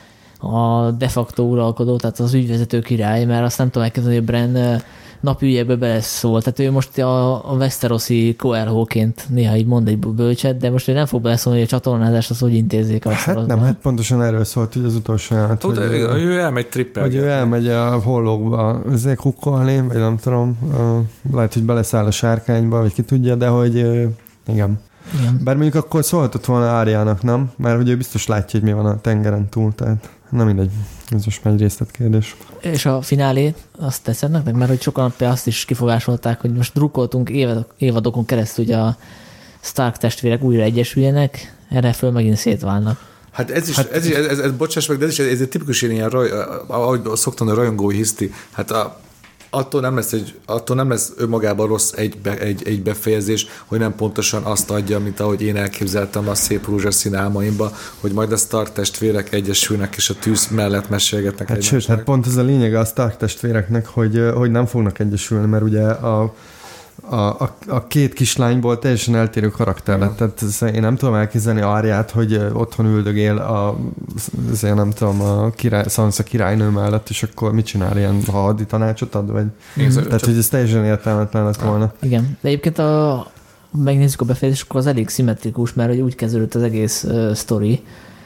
a de facto uralkodó, tehát az ügyvezető király, mert azt nem tudom elkezdeni, hogy Bran napi ügyekbe beleszól. Tehát ő most a, a Westerosi Coelho-ként néha így mond egy bölcset, de most ő nem fog beleszólni, hogy a csatornázást az hogy intézzék. Hát nem, hát pontosan erről szólt, hogy az utolsó jelent. Hogy ő elmegy trippel. Hogy ő elmegy a hollókba azért kukkolni, vagy nem tudom, lehet, hogy beleszáll a sárkányba, vagy ki tudja, de hogy igen. Igen. Bár mondjuk akkor szólhatott volna Áriának, nem? Mert hogy ő biztos látja, hogy mi van a tengeren túl, tehát nem mindegy. Ez most már egy részletkérdés. És a finálét azt teszed nektek? Mert hogy sokan azt is kifogásolták, hogy most drukkoltunk évadok, évadokon keresztül, hogy a Stark testvérek újra egyesüljenek, erre föl megint szétválnak. Hát ez is, hát, ez, is ez, ez, ez, bocsáss meg, de ez is ez egy tipikus ilyen, raj, ahogy szoktam, a rajongói hiszti. Hát a Attól nem lesz, egy, attól nem lesz önmagában rossz egy, be, egy, egy befejezés, hogy nem pontosan azt adja, mint ahogy én elképzeltem a szép rózsaszín álmaimba, hogy majd a Stark testvérek egyesülnek, és a tűz mellett mesélgetnek hát egymásnak. Sőt, hát pont ez a lényege a Stark testvéreknek, hogy, hogy nem fognak egyesülni, mert ugye a A, a, a két kislányból teljesen eltérő karakter lett. Tehát én nem tudom elképzelni Áriát, hogy otthon üldögél a, azért nem tudom, a király, Sansa királynő mellett, és akkor mit csinál, ilyen hadi tanácsot ad? Vagy? Mm. Tehát, csak... hogy ez teljesen értelmetlen lett volna. Igen, de egyébként a, megnézzük a befejezést, akkor az elég szimmetrikus, mert hogy úgy kezdődött az egész uh, sztori,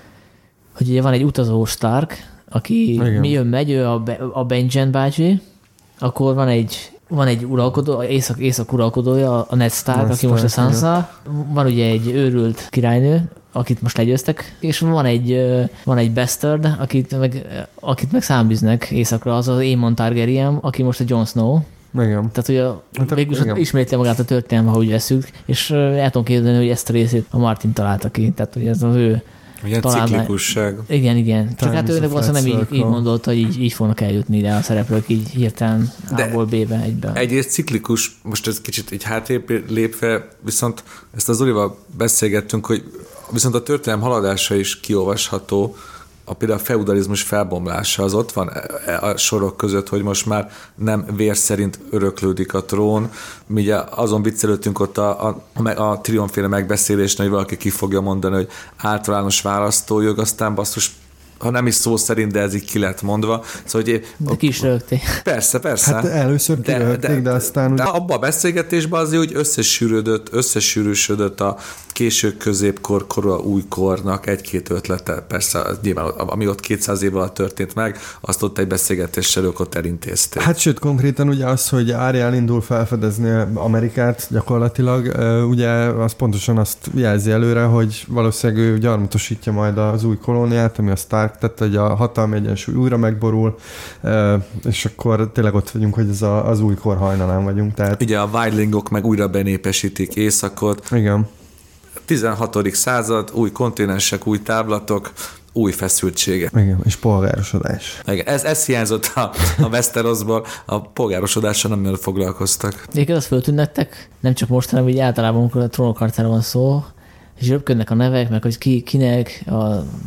hogy ugye van egy utazó Stark, aki igen. mi jön, megy, ő a, a Benjen bácsi, akkor van egy Van egy uralkodó, észak, észak uralkodója, a Ned Stark, Ned aki Stark, most a Sansa. Igen. Van ugye egy őrült királynő, akit most legyőztek, és van egy, van egy bastard, akit meg, akit meg számbíznek északra, az az Aemon Targaryen, aki most a Jon Snow. Igen. Tehát ugye hát, végülis ismétli magát a történelme, ha úgy veszük, és el tudom képzelni, hogy ezt a részét a Martin találta ki. Tehát ugye ez az ő ilyen ciklikusság. Igen, igen. Csak hát őnek valószínűleg nem így, így mondott, hogy így, így fognak eljutni ide a szereplők, így hirtelen A-ból B-be egyben. Egyrészt ciklikus, most ez kicsit így hátrébb lépve, viszont ezt az Zolival beszélgettünk, hogy viszont a történelem haladása is kiolvasható a például a feudalizmus felbomlása az ott van a sorok között, hogy most már nem vér szerint öröklődik a trón. Mi ugye azon viccelődtünk ott a, a, a Triumféle megbeszélésnél, hogy valaki ki fogja mondani, hogy általános választójog, aztán basszus, ha nem is szó szerint, de ez így ki lett mondva. Szóval, hogy de ki is rögték. Persze, persze. Hát először kirögték, de, de, de aztán... De abban a beszélgetésben azért úgy összesűrődött, összesűrűsödött a késő középkor, kora újkornak egy-két ötlete. Persze, nyilván, ami ott kétszáz év alatt történt meg, azt ott egy beszélgetéssel ők ott elintézték. Hát sőt, konkrétan ugye az, hogy Arya elindul felfedezni Amerikát gyakorlatilag, ugye az pontosan azt jelzi előre, hogy valószínűleg ő gyarmatosítja majd az új kolóniát, ami a Stark, tehát hogy a hatalmi egyensúly újra megborul, és akkor tényleg ott vagyunk, hogy ez a, az új kor hajnalán vagyunk. Tehát... Ugye a wildlingok meg újra benépesítik északot. Igen. tizenhatodik század, új kontinensek, új táblatok, új feszültségek. Igen, és polgárosodás. Igen, ez, ez hiányzott a, a Westerosból, a polgárosodással nem nagyon foglalkoztak. Egyébként azt föltűnt nektek, nem csak most, hanem így általában, amikor a trónokharcára van szó, és röpködnek a nevek, meg hogy ki, kinek, a,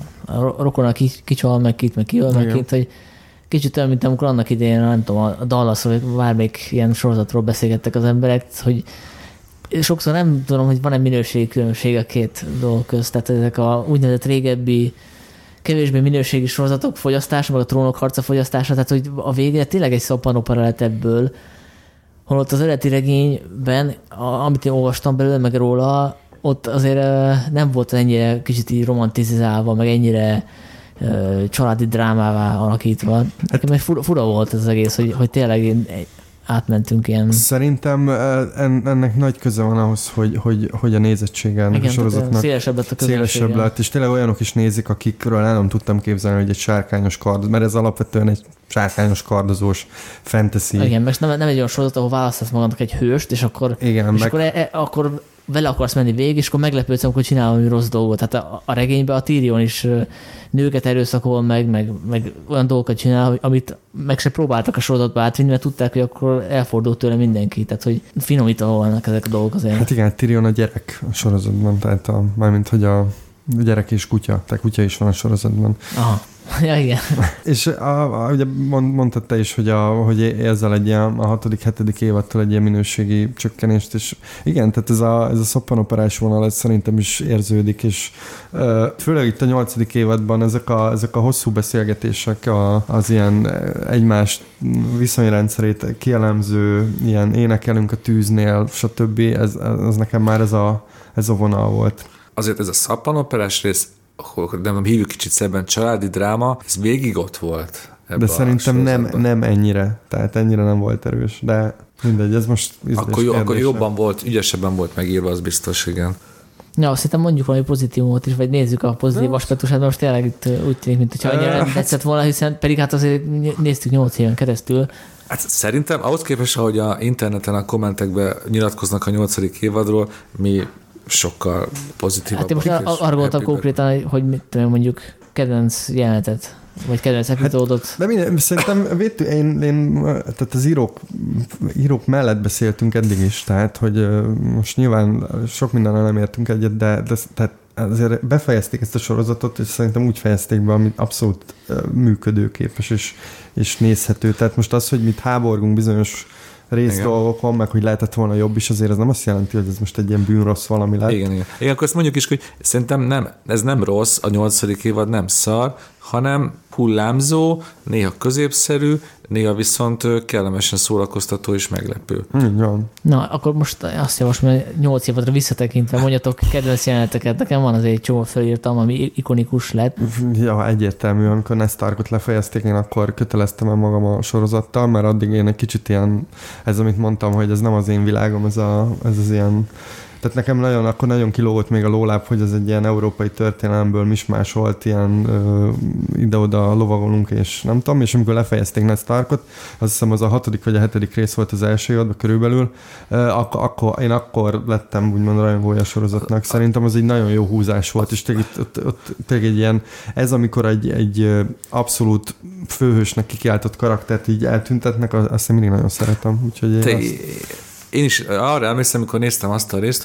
a rokona ki, kicsal, meg kit, meg kiöl, meg kit, hogy kicsit olyan, mint amikor annak idején, nem tudom, a Dallasról, vagy bármelyik ilyen sorozatról beszélgettek az emberek, hogy sokszor nem tudom, hogy van-e minőségi különbség a két dolog közt, tehát ezek a úgynevezett régebbi, kevésbé minőségi sorozatok fogyasztása, meg a Trónok harca fogyasztása, tehát hogy a végén tényleg egy szappanopera lett ebből, holott az eredeti regényben, a, amit én olvastam belőle, meg róla, ott azért nem volt ennyire kicsit így romantizálva, meg ennyire uh, családi drámává alakítva. Nekem egy fura, fura volt ez az egész, hogy, hogy tényleg átmentünk ilyen... Szerintem ennek nagy köze van ahhoz, hogy, hogy, hogy a nézettsége ennek a sorozatnak szélesebb lett a közönsége. Szélesebb lett, és tényleg olyanok is nézik, akikről el nem tudtam képzelni, hogy egy sárkányos kard, mert ez alapvetően egy sárkányos kardozós fantasy. Igen, mert nem, nem egy olyan sorozat, ahol választasz magadnak egy hőst, és akkor, igen, és meg... akkor, e, akkor vele akarsz menni végig, és akkor meglepődsz, amikor csinál valami rossz dolgot. Tehát a, a regényben a Tyrion is nőket erőszakol meg, meg, meg olyan dolgokat csinál, amit meg se próbáltak a sorozatba átvinni, mert tudták, hogy akkor elfordult tőle mindenki. Tehát, hogy finomítva vannak ezek a dolgok azért. Hát igen, Tyrion a gyerek a sorozatban, tehát a, mármint, hogy a gyerek és kutya, tehát kutya is van a sorozatban. Aha. Ja, igen. És a, a, ugye mondtad te is, hogy, a, hogy ezzel egy ilyen, a hatodik, hetedik évattól egy ilyen minőségi csökkenést, és igen, tehát ez a, ez a szoppanoperás vonal, ez szerintem is érződik, és uh, főleg itt a nyolcadik évadban ezek a, ezek a hosszú beszélgetések, a, az ilyen egymás viszonyrendszerét kielemző, ilyen énekelünk a tűznél, stb. Ez, ez nekem már ez a, ez a vonal volt. Azért ez a szoppanoperás rész, akkor nem hívjuk kicsit szebben, családi dráma, ez végig ott volt. De szerintem nem, nem ennyire, tehát ennyire nem volt erős, de mindegy, ez most akkor, jó, akkor jobban volt, ügyesebben volt megírva, az biztos, igen. Ja, azt hittem mondjuk valami pozitívumot is, vagy nézzük a pozitív aspektusát, most tényleg itt úgy tűnik, mint hogyha annyira nem tetszett volna, hiszen pedig hát azért néztük nyolc éven keresztül. Hát szerintem ahhoz képest, ahogy a interneten a kommentekben nyilatkoznak a nyolcadik évadról, mi sokkal pozitívabb. Hát én most ar- arra voltam konkrétan, hogy mit tudom, mondjuk kedvenc jelenetet, vagy kedvenc epizódot. Hát, de minden, szerintem védtük, én, én, tehát az írók, írók mellett beszéltünk eddig is, tehát, hogy most nyilván sok mindennel nem értünk egyet, de, de tehát azért befejezték ezt a sorozatot, és szerintem úgy fejezték be, ami abszolút működőképes és, és nézhető. Tehát most az, hogy mit háborgunk bizonyos részdolgokon, meg hogy lehetett volna jobb is, azért ez nem azt jelenti, hogy ez most egy ilyen bűnrossz valami lett. Igen, igen. Igen, akkor ezt mondjuk is, hogy szerintem nem, ez nem rossz, a nyolcadik évad nem szar, hanem hullámzó, néha középszerű, néha viszont kellemesen szórakoztató és meglepő. Mm, Na, akkor most azt javaslom, hogy nyolc évadra visszatekintve mondjatok kedvenc jeleneteket. Nekem van azért egy csomó felírtam, ami ikonikus lett. Ja, egyértelmű, amikor Ned Starkot lefejezték, én akkor köteleztem el magam a sorozattal, mert addig én egy kicsit ilyen, ez amit mondtam, hogy ez nem az én világom, ez, a, ez az ilyen. Tehát nekem nagyon, akkor nagyon kilógott még a lóláb, hogy ez egy ilyen európai történelemből mismásolt, ilyen ö, ide-oda lovagolunk, és nem tudom, és amikor lefejezték Ned Starkot, azt hiszem az a hatodik vagy a hetedik rész volt az első évadban körülbelül, ö, ak- akkor, én akkor lettem úgymond rajongója sorozatnak. Szerintem az egy nagyon jó húzás volt, és tényleg, ott, ott, tényleg egy ilyen, ez amikor egy, egy abszolút főhősnek kikiáltott karaktert így eltüntetnek, azt én mindig nagyon szeretem. Úgyhogy én Te, azt... Én is arra emlékszem, amikor néztem azt a részt, hogy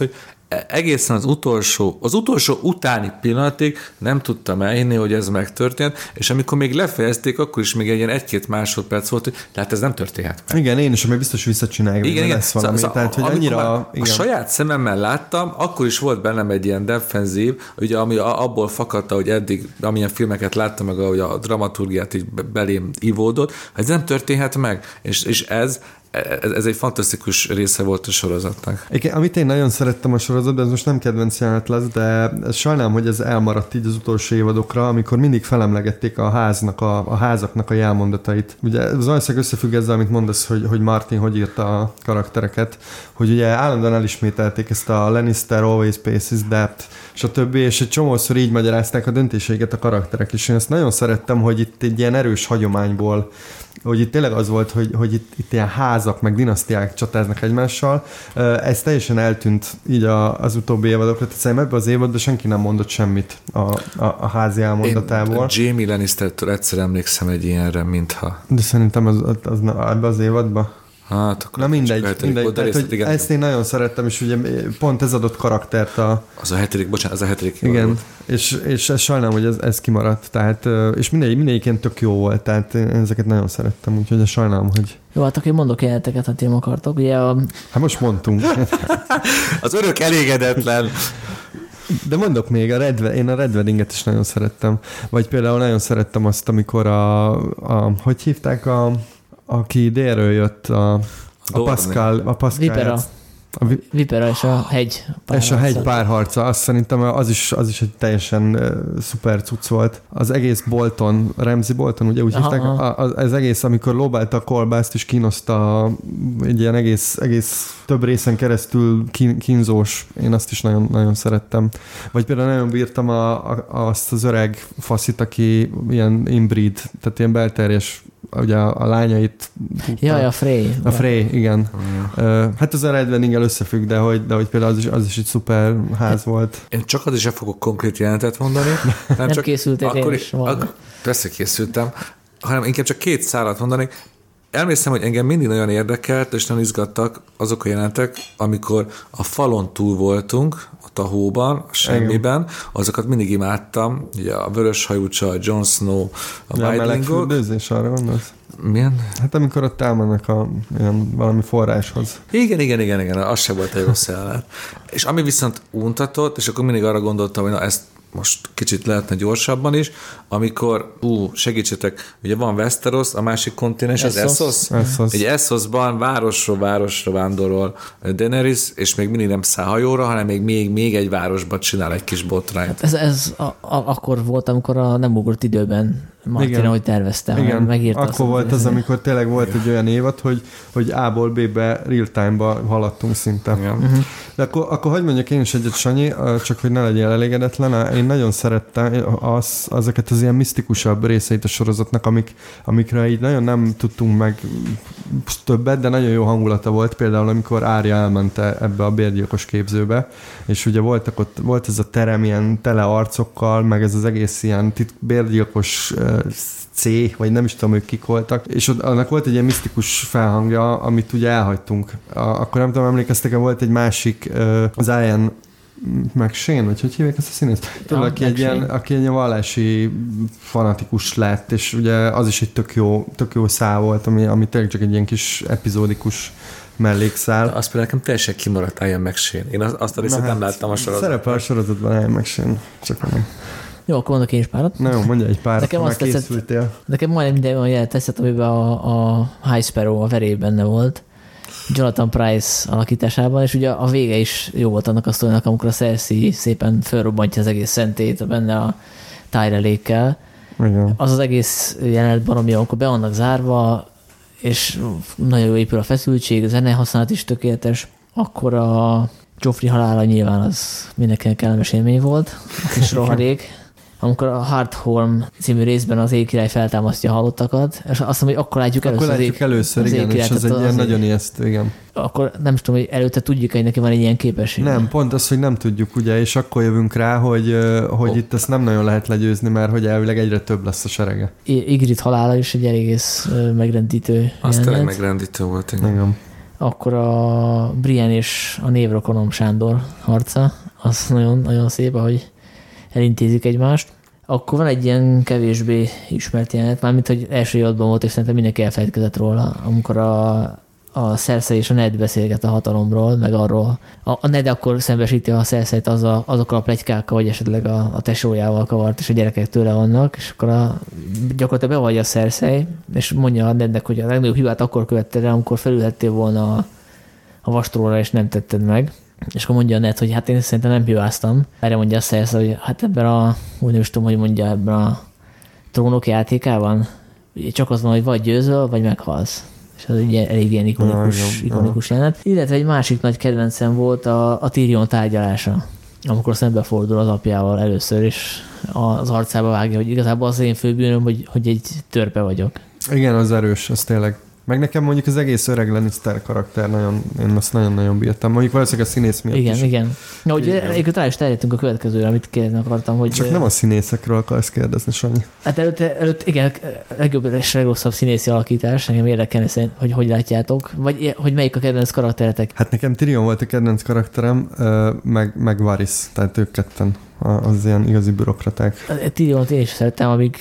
egészen az utolsó, az utolsó utáni pillanatig nem tudtam elhinni, hogy ez megtörtént, és amikor még lefejezték, akkor is még egy ilyen egy-két másodperc volt, hogy tehát ez nem történhet meg. Igen, én is, ami biztos visszacsinálják, igen, igen. lesz valami. Szóval, tehát, hogy annyira, a saját szememmel láttam, akkor is volt bennem egy ilyen defenzív, ugye, ami abból fakadta, hogy eddig, amilyen filmeket láttam, meg ahogy a dramaturgiát így belém ivódott, hogy ez nem történhet meg, és, és ez Ez, ez egy fantasztikus része volt a sorozatnak. Igen, amit én nagyon szerettem a sorozatban, ez most nem kedvenc jelenet lesz, de sajnálom, hogy ez elmaradt így az utolsó évadokra, amikor mindig felemlegették a háznak, a, a házaknak a jelmondatait. Ugye ez valószínűleg összefügg ezzel, amit mondasz, hogy, hogy Martin hogy írta a karaktereket, hogy ugye állandóan elismételték ezt a Lannister always pays depth, stb. És egy csomószor így magyarázták a döntéseiket a karakterek, és én ezt nagyon szerettem, hogy itt egy ilyen erős hagyományból, hogy itt tényleg az volt, hogy, hogy itt, itt ilyen házak, meg dinasztiák csatáznak egymással. Ez teljesen eltűnt így a, az utóbbi évadokra. Tehát szerintem ebben az évadban senki nem mondott semmit a, a, a házi elmondatából. Én Jamie Lannister-től egyszer emlékszem egy ilyenre, mintha. De szerintem az, az, az ebben az évadban. Hát, akkor na mindegy, mindegy. Tehát, hogy igen, ezt én nagyon szerettem, és ugye pont ez adott karaktert a... Az a hetedik, bocsánat, az a hetedik. Igen, és, és ez sajnálom, hogy ez, ez kimaradt, tehát, és mindegy, mindegyiként tök jó volt, tehát én ezeket nagyon szerettem, úgyhogy ez sajnálom, hogy... Jó, hát akkor én mondok jeleneteket, ha ti nem akartok. Ugye a... Hát most mondtunk. Az örök elégedetlen. De mondok még, a Red, én a Red Weddinget is nagyon szerettem. Vagy például nagyon szerettem azt, amikor a, a hogy hívták a... aki délről jött, a, a Pascal, a Pascal Vipera. A vi- Vipera és a hegy párharca. És a hegy párharca, azt szerintem az is, az is egy teljesen uh, szuper cucc volt. Az egész Bolton, Ramsay Bolton, ugye úgy aha, hívták, aha. A, az egész, amikor lóbálta a kolbászt és kínoszta egy ilyen egész, egész több részen keresztül kín, kínzós, én azt is nagyon, nagyon szerettem. Vagy például nagyon bírtam a, a, azt az öreg faszit, aki ilyen inbreed, tehát ilyen belterjes, ugye a, a lányait... Jaj, a Frey. A Frey, igen. Uh, hát az a Red Weddinggel összefügg, de hogy, de hogy például az is, az is egy szuper ház volt. Én csak az is fogok konkrét jelentet mondani. Nem, nem csak készültél akkor, is ak- Persze készültem, hanem inkább csak két szálat mondanék. Emlékszem, hogy engem mindig nagyon érdekelt, és nagyon izgattak azok a jelentek, amikor a falon túl voltunk, ott a hóban, a semmiben, azokat mindig imádtam. Ugye a vörös hajúcsa, a Jon Snow, a ja, Whitelingok. A arra gondolsz? Milyen? Hát amikor ott elmennek a ilyen valami forráshoz. Igen, igen, igen, igen, az se volt egy rossz jelenet. És ami viszont untatott, és akkor mindig arra gondoltam, hogy na ezt most kicsit lehetne gyorsabban is, amikor, ú, segítsetek, ugye van Westeros, a másik kontinens, az Essos. Essos. Egy Essosban városról városra vándorol Daenerys, és még mindig nem száll hajóra, hanem még, még, még egy városban csinál egy kis botrányt. Hát ez ez a, a, akkor volt, amikor a nem ugrott időben Martin, ahogy tervezte, igen, megírta. Akkor azt, volt az, amikor tényleg volt igen. egy olyan évad, hogy, hogy A-ból B-be real-time-ba haladtunk szinte. Uh-huh. De akkor, akkor hogy mondjak én is egyet, Sanyi, csak hogy ne legyél elégedetlen. Én nagyon szerettem az, azokat az ilyen misztikusabb részeit a sorozatnak, amik, amikre így nagyon nem tudtunk meg többet, de nagyon jó hangulata volt. Például, amikor Arya elment ebbe a bérgyilkos képzőbe, és ugye voltak ott, volt ez a terem ilyen tele arcokkal, meg ez az egész ilyen tit- bérgyilkos C, vagy nem is tudom, ők kik voltak, és ott annak volt egy ilyen misztikus felhangja, amit ugye elhagytunk. A, akkor nem tudom, emlékeztek-e, volt egy másik, az Ian McShane, vagy hogy hívják ezt a színészt? Tudod, aki egy, ilyen, aki egy ilyen vallási fanatikus lett, és ugye az is egy tök jó, tök jó szál volt, ami, ami tényleg csak egy ilyen kis epizódikus mellékszál. Azt például nekem teljesen kimaradt Ian McShane. Én azt a részét hát, nem láttam a sorozatban. Szerepel a sorozatban Ian McShane, csak nem. Jó, akkor mondok én is párat. Na jó, mondja egy párat, nekem azt készültél. Nekem majdnem minden olyan jelet tetszett, amiben a, a High Sparrow, a veréb benne volt. Jonathan Pryce alakításában, és ugye a vége is jó volt annak a sztorinak, amikor a Cersei szépen felrobbantja az egész szentét benne a Tyrelékkel. Az az egész jelenet baromi, amikor be vannak zárva, és nagyon jó épül a feszültség, a zene használat is tökéletes, akkor a Joffrey halála nyilván az mindenkinek kellemes élmény volt, és rohadék. Amikor a Hardhorn című részben az Éjkirály feltámasztja a halottakat, és azt mondom, hogy akkor látjuk először. Akkor látjuk először, az igen, és ez egy ilyen nagyon ijesztő, igen. Akkor nem tudom, hogy előtte tudjuk, hogy neki van egy ilyen képesség. Nem, pont az, hogy nem tudjuk, ugye, és akkor jövünk rá, hogy, hogy oh. itt ezt nem nagyon lehet legyőzni, mert hogy elvileg egyre több lesz a serege. I- Ygritte halála is egy egész megrendítő az tényleg megrendítő volt, igen. igen. Akkor a Brienne és a névrokonom Sándor harca, az nagyon, nagyon szép, ahogy elintézik egymást. Akkor van egy ilyen kevésbé ismert jelenet, mármint, hogy első évadban volt, és szerintem mindenki elfelejtkezett róla, amikor a, a Cersei és a Ned beszélget a hatalomról, meg arról. A, a Ned akkor szembesíti a Cerseit az a, azokkal a pletykákkal, hogy esetleg a, a tesójával kavart, és a gyerekek tőle vannak, és akkor a, gyakorlatilag bevallja a Cersei, és mondja a Nednek, hogy a legnagyobb hibát akkor követted el, amikor felülhettél volna a, a vastróra, és nem tetted meg. És akkor mondja a Ned, hogy hát én szerintem nem hibáztam. Erre mondja a Cersei, hogy hát ebben a, úgy nem is tudom, hogy mondja, ebben a trónok játékában csak az van, hogy vagy győzöl, vagy meghalsz. És ez egy elég ilyen ikonikus, no, ikonikus jelenet. Illetve egy másik nagy kedvencem volt a, a Tyrion tárgyalása, amikor szembefordul az apjával először, és az arcába vágja, hogy igazából az én főbűnöm, hogy, hogy egy törpe vagyok. Igen, az erős, az tényleg. Meg nekem mondjuk az egész öreg Lannister karakter, nagyon, én azt nagyon-nagyon bírtam. Mondjuk valószínűleg a színész miatt igen, is. Igen, igen. Ugye egyébként rá is terjedtünk a következőre, amit kérdezni akartam. Hogy csak nem a színészekről akarsz kérdezni, Sanyi. Hát előtt, előtt igen, legjobb és legrosszabb színészi alakítás, engem érdekelni szerint, hogy hogy látjátok, vagy hogy melyik a kedvenc karakteretek. Hát nekem Tyrion volt a kedvenc karakterem, meg, meg Varys, tehát ők ketten az ilyen igazi bürokraták. Tyriont én is szerettem, amíg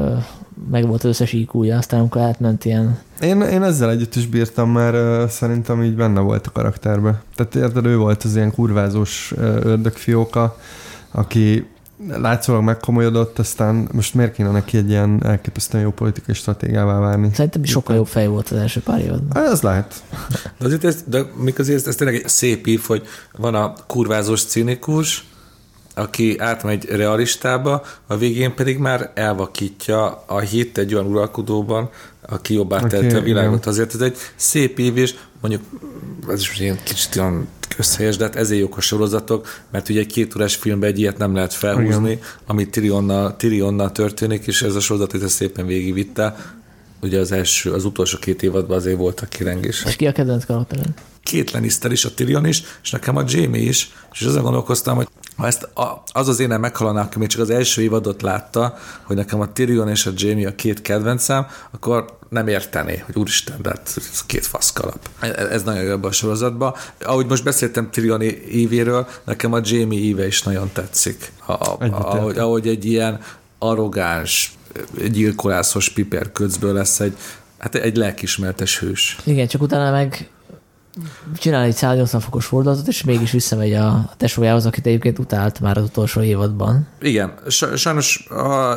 meg volt az összes í kúja, aztán amikor átment ilyen... Én, én ezzel együtt is bírtam, mert uh, szerintem így benne volt a karakterbe. Tehát érted, ő volt az ilyen kurvázós uh, ördögfióka, aki látszólag megkomolyodott, aztán most miért kéne neki egy ilyen elképesztően jó politikai stratégiává várni? Szerintem is sokkal jobb fej volt az első pár évadban. Ez lehet. De azért ez, de mikor ez, ez tényleg egy szép ív, hogy van a kurvázós cinikus, aki átmegy realistába, a végén pedig már elvakítja a hit egy olyan uralkodóban, aki jobbá okay, telte a világot. Igen. Azért ez egy szép év, és mondjuk ez is ilyen kicsit olyan közhelyes, de hát ezért jók a sorozatok, mert ugye egy két órás filmben egy ilyet nem lehet felhúzni, igen. Ami Tyrionnal, Tyrionnal történik, és ez a sorozat ez szépen végigvitte. Ugye az első, az utolsó két évadban azért voltak kirengések. És ki a kedvenc karaktered? Két Lannister is, a Tyrion is, és nekem a Jaime is, és azon gondolkoztam, hogy ha ezt a, az az énem meghalaná, aki még csak az első évadot látta, hogy nekem a Tyrion és a Jaime a két kedvencem, akkor nem értené, hogy úristen, de ez két faszkalap. Ez nagyon jobb a sorozatban. Ahogy most beszéltem Tyrion évéről, nekem a Jaime éve is nagyon tetszik. A, a, ahogy, ahogy egy ilyen arrogáns, gyilkolászos piperköcből lesz egy, hát egy lelkismertes hős. Igen, csak utána meg csinál egy száz nyolcvan fokos fordulatot, és mégis visszamegy a tesójához, akit egyébként utált már az utolsó évadban. Igen, sajnos a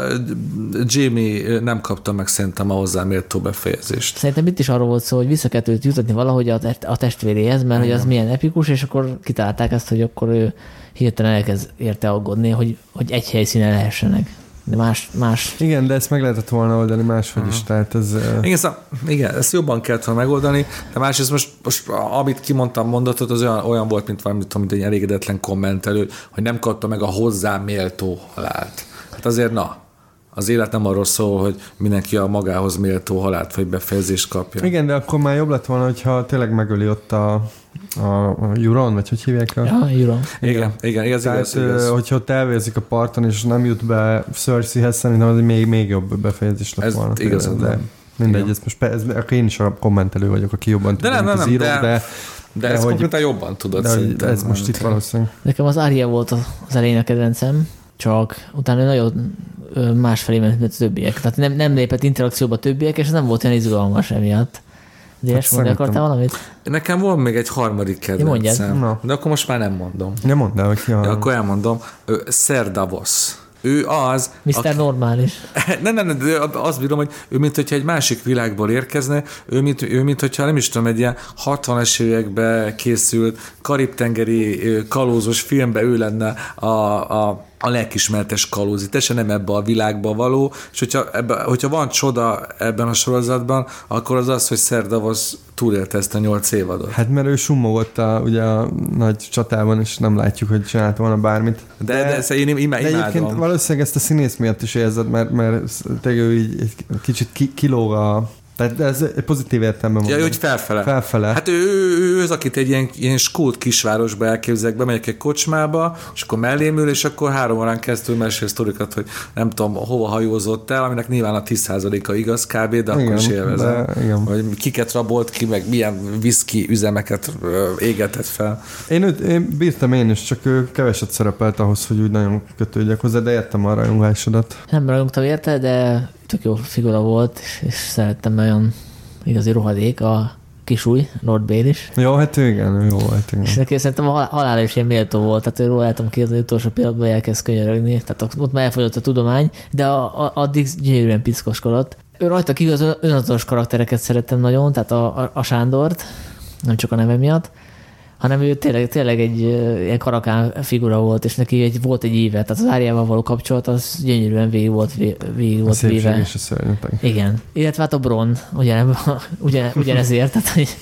Jaime nem kapta meg szerintem a hozzá méltó befejezést. Szerintem itt is arról volt szó, hogy vissza kellett őt jutatni valahogy a, test, a testvéréhez, mert igen. Hogy az milyen epikus, és akkor kitalálták ezt, hogy akkor ő hirtelen elkezd érte aggódni, hogy, hogy egy helyszínen lehessenek. De más, más... Igen, de ezt meg lehetett volna oldani máshogy uh-huh. is, tehát ez... Igen, szóval, igen, ezt jobban kellett volna megoldani, de másrészt most, most amit kimondtam mondatot, az olyan, olyan volt, mint valami, mint egy elégedetlen kommentelő, hogy nem kapta meg a hozzá méltó halált. Hát azért na, az élet nem arról szól, hogy mindenki a magához méltó halált vagy befejezést kapja. Igen, de akkor már jobb lett volna, hogyha tényleg megöli ott a, a, a Euron, vagy hogy hívják? A... Ja, Euron. Igen, igen, igaz, Tehát, igaz, igaz. hogyha ott elvérzik a parton, és nem jut be Cerseihez, szerintem az még, még jobb befejezés lett ez volna. Igazad, de mindegy, ez most ez, akkor én is a kommentelő vagyok, aki jobban de nem, nem, nem, írok, de, de, de ezt konkrétan jobban tudod. De ez most itt valószínűleg. Nekem az Arya volt az elején a kedvencem, csak utána nagyon másfelé ment, mint a többiek. Tehát nem, nem lépett interakcióba a többiek, és ez nem volt olyan izgalmas emiatt. Dénes, hát mondani akartál valamit? Nekem van még egy harmadik kedvencem. No. De akkor most már nem mondom. Nem mondd el, hogy ki a... Ja, akkor elmondom. Ser Davos. Ő az... miszter Aki... Normális. nem, nem, nem, de azt bírom, hogy ő mint hogyha egy másik világból érkezne, ő mint, ő mint hogyha nem is tudom, egy ilyen hatvanas években készült karib-tengeri kalózos filmbe ő lenne a, a a lelkismertes kalóz, teljesen nem ebbe a világba való, és hogyha, ebbe, hogyha van csoda ebben a sorozatban, akkor az az, hogy Ser Davos túlélte ezt a nyolc évadot. Hát mert ő summogott a, ugye a nagy csatában, és nem látjuk, hogy csinált volna bármit. De, de, de, de én imádom. De egyébként valószínűleg ezt a színész miatt is érzed, mert, mert ő így egy kicsit ki, kilóg a Tehát ez pozitív értelemben mondom. Ja, hogy felfele. Felfele. Hát ő, ő, ő az, akit egy ilyen, ilyen skót kisvárosba elképzelek, bemegyek egy kocsmába, és akkor mellém ül, és akkor három órán keresztül mesél sztorikat, hogy nem tudom, hova hajózott el, aminek nyilván a tíz százaléka igaz kb, de igen, akkor is élvezem. Hogy kiket rabolt ki, meg milyen whisky üzemeket égetett fel. Én, őt, én bírtam én is, csak ő keveset szerepelt ahhoz, hogy úgy nagyon kötődjek hozzá, de értem a rajongásodat. Nem rajongtam érte, de tök jó figura volt, és szerettem nagyon igazi rohadék, a kisúly, Lord Bale is. Jó, hát ő igen, ő jó volt. Igen. És neki szerintem a halála is ilyen méltó volt, tehát őről el tudom kérdezni, utolsó pillanatban elkezd könyörögni, tehát ott már elfogyott a tudomány, de a, a, addig gyönyörűen piszkoskodott. Ő rajta kívül az önazonos karaktereket szerettem nagyon, tehát a, a, a Sándort, nem csak a neve miatt, hanem ő tényleg, tényleg egy ilyen karakán figura volt, és neki egy, volt egy éve, tehát az Áriával való kapcsolat, az gyönyörűen végig volt, végig volt véve. És a szörnyeteg. Igen. Illetve hát a Bron, ugyan, ugyan, ugyanezért, tehát hogy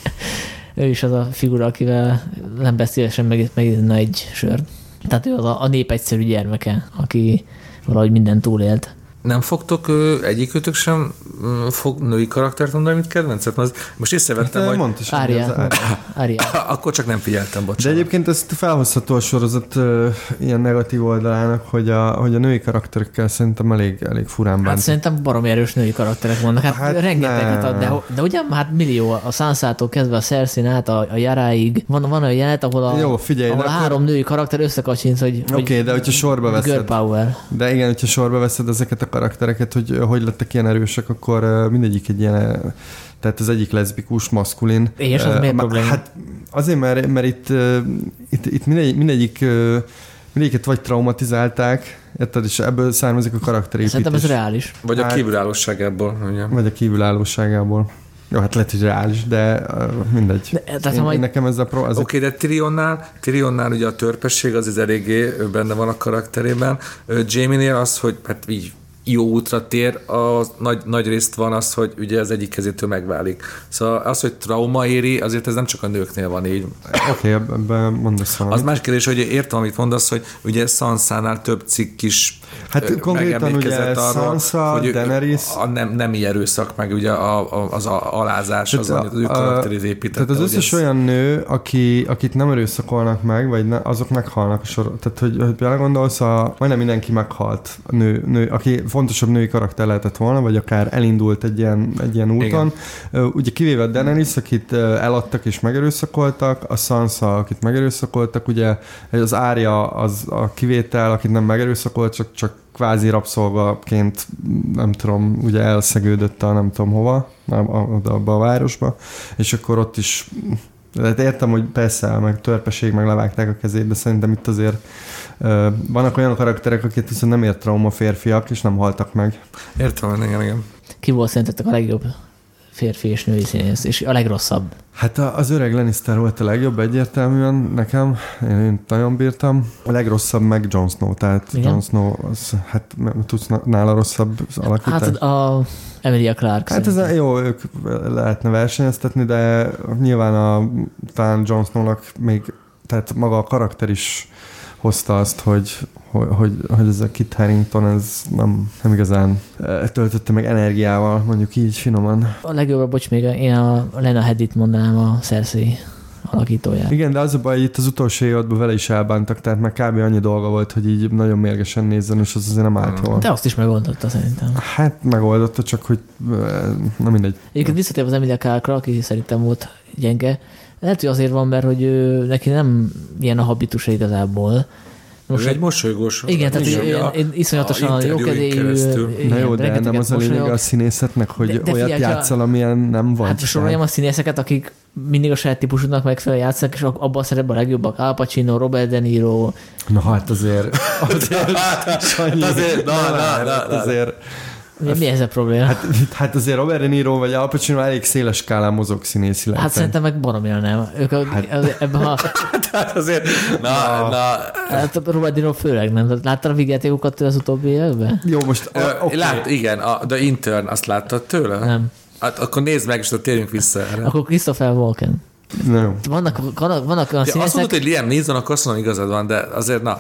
ő is az a figura, akivel nem beszélesen meg, megiszna egy sört. Tehát ő az a, a nép egyszerű gyermeke, aki valahogy mindent túlélt. Nem fogtok ö, egyikőtök sem ö, fog női karaktert mondani, mint kedvencet? Most észrevettem, hát, hogy... Mondta is, Ária. Ária. Akkor csak nem figyeltem, bocsánat. De egyébként ezt felhozható a sorozat uh, ilyen negatív oldalának, hogy a, hogy a női karakterekkel szerintem elég, elég furán bántak. Hát szerintem baromi erős női karakterek vannak. Hát, hát rengeteget ad, de, de ugye hát millió, a Sansától kezdve a Cersei át, a, a Yaráig. Van, van olyan jelenet, ahol a, Jó, figyelj, ahol a három akkor... női karakter összekacsint, hogy, Oké, okay, de hogyha sorba veszed. Girl power. De igen, hogyha sorba veszed ezeket a karaktereket, hogy hogy lettek ilyen erősek, akkor mindegyik egy ilyen, tehát az egyik leszbikus, maszkulin. És az uh, miért probléma? Hát azért, mert, mert itt, uh, itt, itt mindegy, mindegyik, uh, mindegyiket vagy traumatizálták, érted, és ebből származik a karakterépítés. Szerintem ez reális. Vagy a hát, kívülállóságából. Ugye? Vagy a kívülállóságából. Jó, hát lehet, hogy reális, de uh, mindegy. De, tehát én, majd... én nekem ez a pro... Oké, okay, de Tyrionnál, Tyrionnál ugye a törpesség az az eléggé benne van a karakterében. Jamie-nél az, hogy hát így jó útra tér, a nagy, nagy részt van az, hogy ugye az egyik kezétől megválik. Szóval az, hogy trauma éri, azért ez nem csak a nőknél van így. Oké, okay, ebben mondasz valamit. Az más kérdés, hogy értem, amit mondasz, hogy ugye Sansánál több cikk is hát konkrétan ugye arra, Sansa, hogy Daenerys. A nem, nemi erőszak, meg ugye a, a, az a alázás, az, amit az ő karakterét építette. Tehát az összes ez... olyan nő, aki, akit nem erőszakolnak meg, vagy ne, azok meghalnak a sor. Tehát, hogy, hogy belegondolsz, a, majdnem mindenki meghalt a nő, nő, aki fontosabb női karakter lehetett volna, vagy akár elindult egy ilyen, egy ilyen úton. Igen. Ugye kivéve a Daenerys, akit eladtak és megerőszakoltak, a Sansa, akit megerőszakoltak, ugye az Arya az a kivétel, akit nem megerőszakolt, csak, csak kvázi rabszolgaként, nem tudom, ugye elszegődött a nem tudom hova, oda abba a városba, és akkor ott is tehát értem, hogy persze, meg törpeség, meg levágták a kezét, de szerintem itt azért uh, vannak olyan karakterek, akik viszont nem ért trauma férfiak, és nem haltak meg. Értem, igen, igen. Ki volt szerintetek a legjobb férfi és női színész, és a legrosszabb? Hát az öreg Lannister volt a legjobb egyértelműen nekem, én, én nagyon bírtam. A legrosszabb meg Jon Snow, tehát igen? Jon Snow, az, hát tudsz nála rosszabb alakítás? Hát a Emilia Clarke. Hát ez a, jó, ők lehetne versenyeztetni, de nyilván a, talán Jon Snownak még, tehát maga a karakter is hozta azt, hogy, hogy, hogy, hogy ez a Kit Harington ez nem, nem igazán töltötte meg energiával, mondjuk így finoman. A legjobb, bocs, még én a Lena Headeyt mondanám, a Cersei alakítóját. Igen, de az a baj, hogy itt az utolsó évadban vele is elbántak, tehát már kb. Annyi dolga volt, hogy így nagyon mérgesen nézzen, és az azért nem állt jól. De azt is megoldotta szerintem. Hát megoldotta, csak hogy nem mindegy. Egyébként visszatér az Emilia Clarke-ra, aki szerintem volt gyenge. Lehet, hogy azért van, mert hogy ő, neki nem ilyen a habitusa igazából. Most ő egy mosolygós. Igen, tehát igen, ilyen, ilyen iszonyatosan jókedélyű. Na jó, de nem az a lényeg a színészetnek, hogy de, de olyat figyelj, játszol, amilyen nem vagy. Hát soroljam a színészeket, akik mindig a saját típusodnak megfelelően játszanak, és abban a szerepben a legjobbak. Al Pacino, Robert De Niro. Na hát azért. azért Sanyi, azért, na, na, na, na, azért. Mi ez a probléma? Hát, hát azért Robert De Niro vagy Al Pacino elég széles skálán mozog színészileg. Hát szerintem meg baromira nem. Ők a, hát. ebben a... Tehát azért... Na, na. na. Hát Robert De Niro főleg nem. Láttad a vigyátékokat az utóbbi években? Jó, most... Ö, okay. Lát, igen, a The Intern, azt láttad tőle? Nem. Hát akkor nézd meg, és térjünk vissza erre. Akkor Christopher Walken. Na jó. Vannak, vannak, vannak olyan ja, színészek... Azt mondod, hogy Liam Neeson, akkor azt mondom, igazad van, de azért na...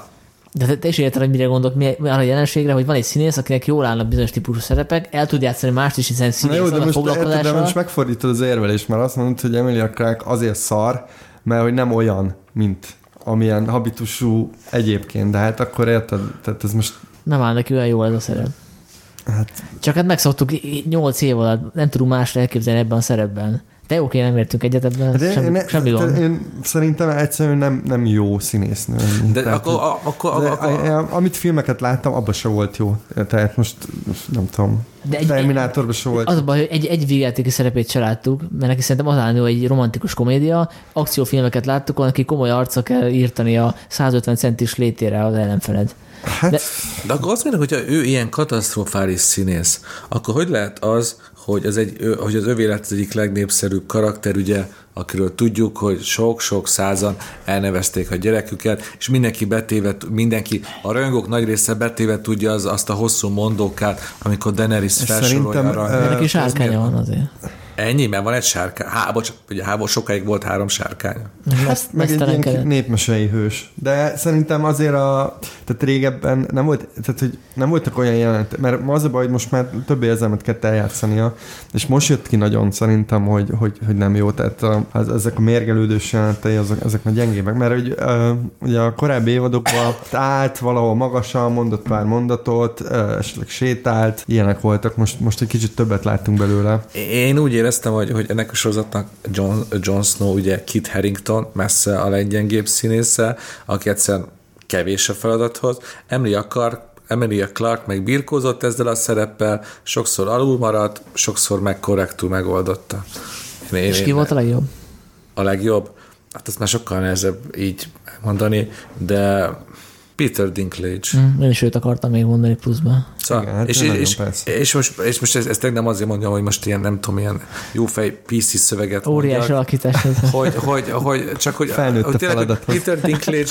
De te, te is érted, hogy mire gondolok, mi, arra a jelenségre, hogy van egy színész, akinek jól állnak bizonyos típusú szerepek, el tud játszani mást is, hiszen színész jó, de a most, foglalkozással. érted, de most megfordítod az érvelést, mert azt mondod, hogy Emilia Clarke azért szar, mert hogy nem olyan, mint amilyen habitusú egyébként, de hát akkor érted, tehát ez most... Nem áll neki olyan jó ez a szerep. Hát... Csak hát megszoktuk nyolc év alatt, nem tudunk másra elképzelni ebben a szerepben. De oké, nem értünk egyet ebben, de semmi, ne, semmi gond. Én szerintem egyszerűen nem, nem jó színésznő. De tehát, akkor... A, akkor, de akkor... amit filmeket láttam, abban se volt jó. Tehát most, most nem tudom. De egy, Terminátorban se volt. Az a baj, hogy egy, egy végjátéki szerepét se láttuk, mert neki szerintem az állni, hogy egy romantikus komédia, akciófilmeket láttuk, neki komoly arca kell írtani a százötven centis létére az ellenfeled. Hát... De, de akkor azt mondjuk, hogyha ő ilyen katasztrofális színész, akkor hogy lehet az, hogy az, egy, hogy az övé lett az egyik legnépszerűbb karakter, ugye, akiről tudjuk, hogy sok-sok százan elnevezték a gyereküket, és mindenki betéve, mindenki, a rajongók nagy része betéve tudja az, azt a hosszú mondókát, amikor Daenerys felsorolja arra. De neki sárkánya van azért. Ennyi, mert van egy sárkány. Há, bocs, ugye háború sokáig volt három sárkány. Hát meg egy ilyen népmesei hős. De szerintem azért a, tehát régebben nem volt, tehát hogy nem voltak olyan jelenet, mert az a baj, hogy most már több érzelmet kell eljátszania, és most jött ki nagyon szerintem, hogy, hogy, hogy nem jó, tehát a, az, ezek a mérgelődős jelenetei, azok, ezek a gyengébbek, mert hogy, uh, ugye a korábbi évadokban állt valahol magasan, mondott pár mondatot, uh, esetleg sétált, ilyenek voltak, most, most egy kicsit többet láttunk belőle. Én úgy éreztem, hogy, hogy ennek a sorozatnak John, John Snow, ugye Kit Harington, messze a leggyengébb színésze, aki egyszerűen kevés a feladathoz. Emilia Clarke, Emilia Clarke meg birkózott ezzel a szereppel, sokszor alul maradt, sokszor meg korrektül megoldotta. Én, És én, ki volt a legjobb? A legjobb? Hát ezt már sokkal nehezebb így mondani, de Peter Dinklage. Mm, én is őt akartam még mondani pluszban. Szóval, igen, hát és, és, és most, és most ezt, ezt nem azért mondjam, hogy most ilyen, nem tudom, ilyen jófej pé cé szöveget óriás alakítás. hogy, hogy, hogy, csak hogy, felnőtt a feladathoz. Peter Dinklage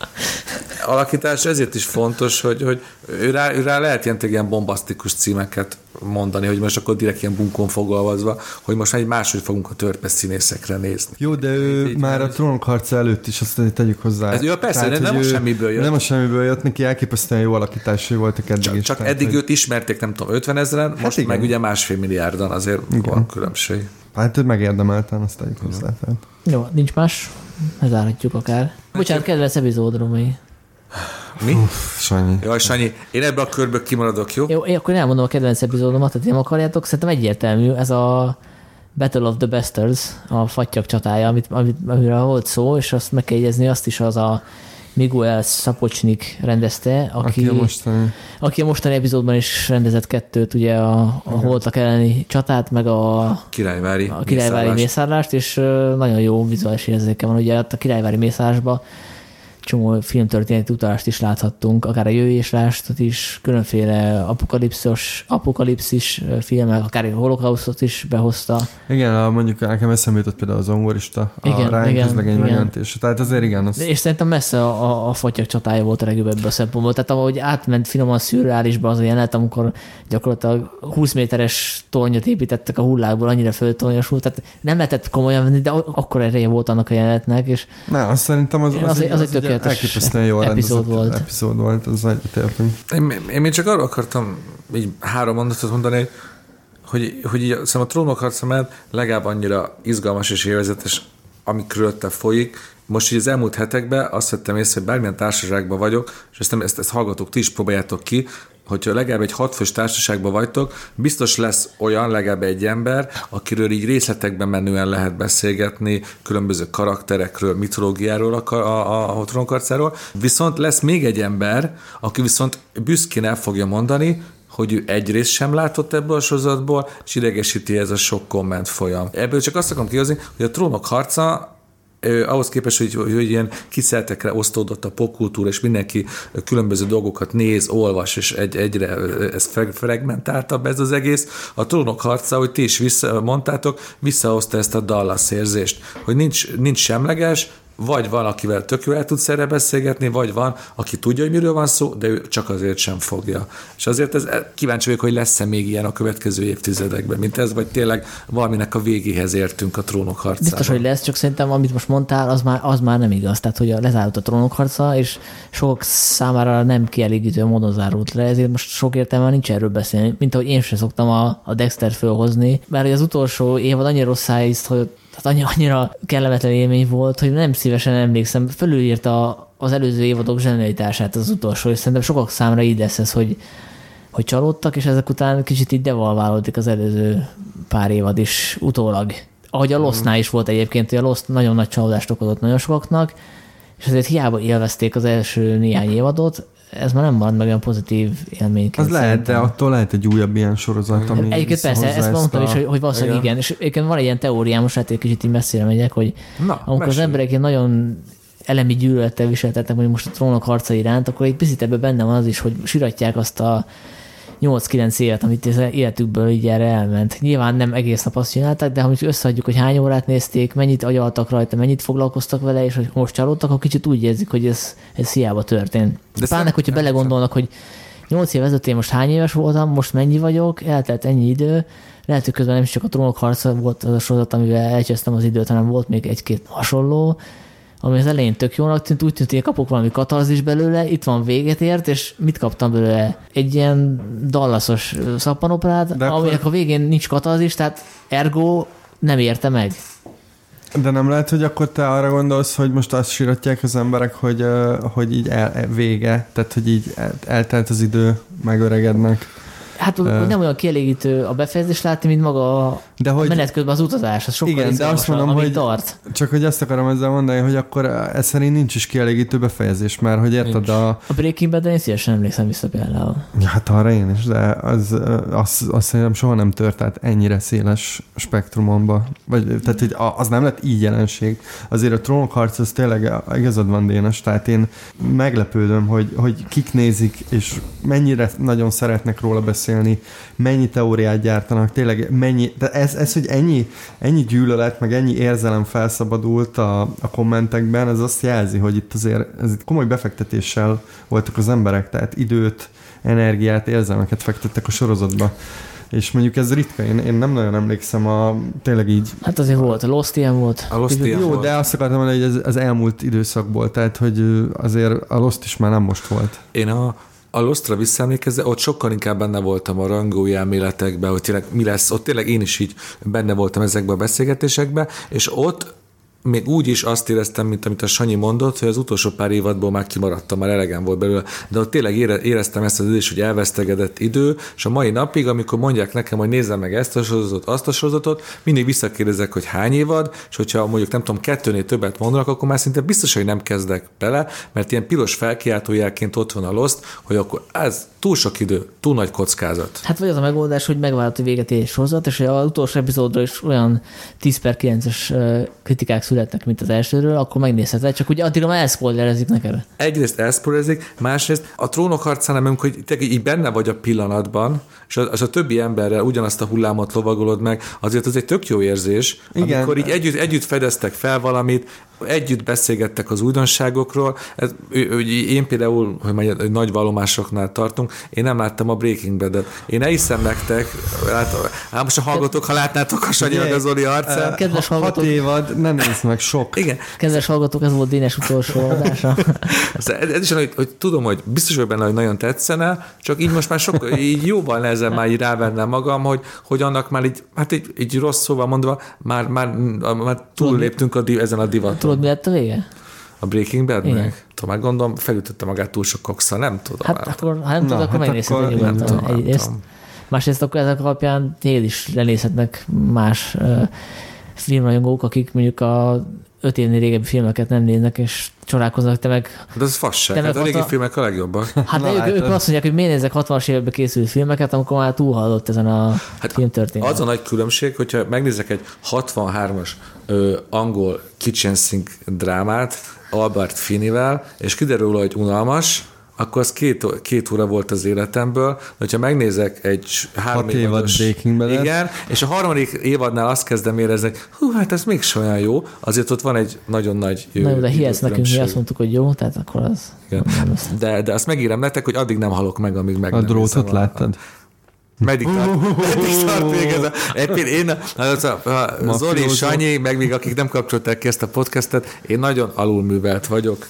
alakítás ezért is fontos, hogy, hogy ő, rá, ő rá lehet ilyen, ilyen bombasztikus címeket mondani, hogy most akkor direkt ilyen bunkon fogalmazva, hogy most már egy máshogy fogunk a törpes színészekre nézni. Jó, de ő így már a Trónok harca előtt is, azt tegyük hozzá. Ez, jó, persze, tehát, nem a semmiből jött. Nem a semmiből jött, neki elképesztően jó alakításai voltak eddig csak, is. Csak tehát, eddig hogy... őt ismerték, nem tudom, ötven ezeren, hát most igen. Meg ugye másfél milliárdan, azért igen. Van különbség. Hát ő megérdemelten, azt tegyük hozzá. Tehát. Jó, nincs más, lezárhatjuk akár. Bocsánat, kedvenc epizódról. Mi? Uff, Sanyi. Jaj, Sanyi, én ebből a körből kimaradok, jó? Jó, én akkor elmondom a kedvenc epizódomat, tehát nem akarjátok, szerintem egyértelmű, ez a Battle of the Bastards, a fattyak csatája, amit, amit, amiről volt szó, és azt meg kell jegyezni, azt is az a Miguel Sapochnik rendezte, aki, aki, a mostani. aki a mostani epizódban is rendezett kettőt, ugye a, a holtak elleni csatát, meg a királyvári, a királyvári mészárlást. mészárlást, és nagyon jó vizuális érzéke van. Ugye a királyvári mészárlásban csomó filmtörténeti utalást is láthattunk, akár a Jövéslástot is, különféle apokalipszis, apokalipszis filmek, akár a holokausztot is behozta. Igen, a, mondjuk nekem eszembe jutott például az Zongorista, a Ryan közlegény megjelentése. Tehát azért igen. Az... És szerintem messze a, a, a fatyak csatája volt a legjobb ebből a szempontból. Tehát ahogy átment finoman szürreálisba az a jelenet, amikor gyakorlatilag húsz méteres tornyot építettek a hullákból, annyira föltornyosult, tehát nem lehetett komolyan venni, de akkor ereje volt annak a jelenetnek. És ne, azt szerintem az, az, az, egy, az, az egy elképesztően jól epizód volt. Epizód volt, az egyetértünk. Én, én még csak arra akartam így három mondatot mondani, hogy, hogy így, szóval a Trónok harca mellett legalább annyira izgalmas és élvezetes, ami körülötte folyik. Most így az elmúlt hetekben azt vettem észre, hogy bármilyen társaságban vagyok, és ezt, ezt, ezt hallgatók, ti is próbáljátok ki, hogyha legalább egy hatfős társaságban vagytok, biztos lesz olyan legalább egy ember, akiről így részletekben menően lehet beszélgetni, különböző karakterekről, mitológiáról, a, a, a Trónokharcáról. Viszont lesz még egy ember, aki viszont büszkén el fogja mondani, hogy ő egyrészt sem látott ebből a sorozatból, és idegesíti ez a sok komment folyam. Ebből csak azt akarom kihozni, hogy a Trónok harca ahhoz képest, hogy, hogy, hogy ilyen kiszeltekre osztódott a popkultúra, és mindenki különböző dolgokat néz, olvas, és egy, egyre ez fragmentáltabb ez az egész. A Trónok harca, hogy ti is vissza, mondtátok, visszahozta ezt a Dallas érzést, hogy nincs, nincs semleges, vagy van, akivel tök jól el tudsz erre beszélgetni, vagy van, aki tudja, hogy miről van szó, de ő csak azért sem fogja. És azért ez, kíváncsi vagyok, hogy lesz-e még ilyen a következő évtizedekben, mint ez, vagy tényleg valaminek a végéhez értünk a Trónok harcában. Biztos, hogy lesz, csak szerintem amit most mondtál, az már, az már nem igaz. Tehát, hogy lezárult a Trónok harca, és sok számára nem kielégítő módon zárult le, ezért most sok értelme nincs erről beszélni, mint ahogy én sem szoktam a, a Dexter fölhozni, mert az utolsó évad annyira rosszáízt, hogy tehát annyira kellemetlen élmény volt, hogy nem szívesen emlékszem. Fölülírta az előző évadok zsenialitását az utolsó, és szerintem sokak számára így lesz ez, hogy, hogy csalódtak, és ezek után kicsit így devalválódik az előző pár évad is utólag. Ahogy a Lostnál is volt egyébként, hogy a Lost nagyon nagy csalódást okozott nagyon sokaknak, és ezért hiába élvezték az első néhány évadot, ez már nem marad meg olyan pozitív élményként. Az lehet, de attól lehet egy újabb ilyen sorozat, ami egyébként persze, ezt mondtam a... is, hogy, hogy valószínűleg igen. igen. És egyébként van egy ilyen teóriám, most hát egy kicsit így messzire megyek, hogy Na, amikor mesélj. Az emberek ilyen nagyon elemi gyűlölettel viseltetnek, hogy most a Trónok harca iránt, akkor egy picit ebben benne van az is, hogy siratják azt a nyolc-kilenc évet, amit az életükből így erre elment. Nyilván nem egész nap azt csinálták, de ha összeadjuk, hogy hány órát nézték, mennyit agyaltak rajta, mennyit foglalkoztak vele, és hogy most csalódtak, akkor kicsit úgy érzik, hogy ez, ez hiába történt. De pláne, hogyha belegondolnak, hogy nyolc év ezelőtt én most hány éves voltam, most mennyi vagyok, eltelt ennyi idő, lehet, hogy közben nem is csak a Trónok harca volt az a sorozat, amivel elcsesztem az időt, hanem volt még egy-két hasonló, ami az elején tök jónak tűnt, úgy tűnt, hogy kapok valami katarzis belőle, itt van, véget ért, és mit kaptam belőle? Egy ilyen dallaszos szappanoperát, de aminek akkor... a végén nincs katarzis, tehát ergo nem érte meg. De nem lehet, hogy akkor te arra gondolsz, hogy most azt síratják az emberek, hogy, hogy így el, vége, tehát hogy így eltelt az idő, megöregednek. Hát uh, nem olyan kielégítő a befejezés látni, mint maga a de hogy, menet közben az utazás. Az sokkal igen, de azt mondom, hogy tart. Csak hogy azt akarom ezzel mondani, hogy akkor ez szerint nincs is kielégítő befejezés, mert hogy érted a... A Breaking Bad-en én szívesen emlékszem vissza például. Ja, hát arra én is, de az, az, azt szerintem soha nem tört, tehát ennyire széles spektrumomba. Vagy, tehát hogy az nem lett így jelenség. Azért a Trónok harc, az tényleg igazad van, Dénes, tehát én meglepődöm, hogy, hogy kik nézik, és mennyire nagyon szeretnek róla beszélni, mennyi teóriát gyártanak, tényleg mennyi, de ez, ez hogy ennyi, ennyi gyűlölet, meg ennyi érzelem felszabadult a, a kommentekben, ez azt jelzi, hogy itt azért ez itt komoly befektetéssel voltak az emberek, tehát időt, energiát, érzelmeket fektettek a sorozatba. És mondjuk ez ritka, én, én nem nagyon emlékszem a tényleg így... Hát azért volt, a Lost ilyen volt. A Lost ilyen jó, volt. De azt akartam mondani, hogy ez az elmúlt időszakból, tehát hogy azért a Lost is már nem most volt. Én a A Lostra visszaemlékezve, ott sokkal inkább benne voltam a rangói elméletekben, hogy tényleg mi lesz, ott tényleg én is így benne voltam ezekben a beszélgetésekben, és ott még úgy is azt éreztem, mint amit a Sanyi mondott, hogy az utolsó pár évadból már kimaradtam, már elegem volt belőle, de ott tényleg éreztem ezt az időt, hogy elvesztegedett idő, és a mai napig, amikor mondják nekem, hogy nézzem meg ezt a sorozatot, azt a sorozatot, mindig visszakérdezek, hogy hány évad, és hogyha mondjuk nem tudom, kettőnél többet mondanak, akkor már szinte biztos, hogy nem kezdek bele, mert ilyen piros felkiáltójelként ott van a Lost, hogy akkor ez túl sok idő, túl nagy kockázat. Hát vagy az a megoldás, hogy megvált a véget egy sorozat, és az utolsó epizódra is olyan tíz per kilences kritikák születnek, mint az elsőről, akkor megnézheted, csak ugye addigra már elszpoilerezik neked. Egyrészt elszpoilerezik, másrészt a Trónok harcánál, amikor hogy így benne vagy a pillanatban, és a, és a többi emberrel ugyanazt a hullámot lovagolod meg, azért az egy tök jó érzés, igen. Amikor így együtt, együtt fedeztek fel valamit, együtt beszélgettek az újdonságokról. Ez, én például, hogy majd nagy vallomásoknál tartunk, én nem láttam a Breaking Bad-et. Én elhiszem nektek, hát most a hallgatók, ha látnátok a Sanyi meg a Zoli arcát. Kedves hallgatók, hat évad, nem nézd meg, sok. Igen. Kedves hallgatók, ez volt Dénes utolsó adása. ez, ez is olyan, hogy, hogy tudom, hogy biztos vagy benne, hogy nagyon tetszene, csak így most már sok, így jóval nehezen már így rávennem magam, hogy, hogy annak már így, hát így, így rossz szóval mondva, már, már, már túlléptünk a, ezen a divaton. Tudod, mi lett a vége? A Breaking Badnek? Tudom, már gondolom, felütötte magát túl sok kokszal, nem tudom. Hát már. akkor, ha nem tudod, akkor hát megnézheted nyugodtan egyrészt. Másrészt akkor ezek alapján tél is lenézhetnek más uh, filmrajongók, akik mondjuk a öt évnél régebbi filmeket nem néznek, és csodálkoznak, te meg... De ez fasság, hát a régi a... filmek a legjobbak. Hát de ők, ők azt mondják, hogy miért nézek hatvanas években készült filmeket, amikor már túlhaladott ezen a hát filmtörténet. Az a nagy különbség, hogyha megnézek egy hatvanhármas ö, angol kitchen sink drámát Albert Finneyvel, és kiderül, hogy unalmas, akkor az két, két óra volt az életemből, de hogyha megnézek egy három Hat évad Breaking Bad. Igen, és a harmadik évadnál azt kezdem érezni, hú, hát ez még olyan jó, azért ott van egy nagyon nagy jó. Na, de hihetsz nekünk, mi azt mondtuk, hogy jó, tehát akkor az... De, de azt megírem nektek, hogy addig nem halok meg, amíg meg a nem drótot láttad? Meddig tart, meddig tart még ez a... Én, én, a Zoli, Sanyi, meg még akik nem kapcsolták ki ezt a podcastet, én nagyon alulművelt vagyok,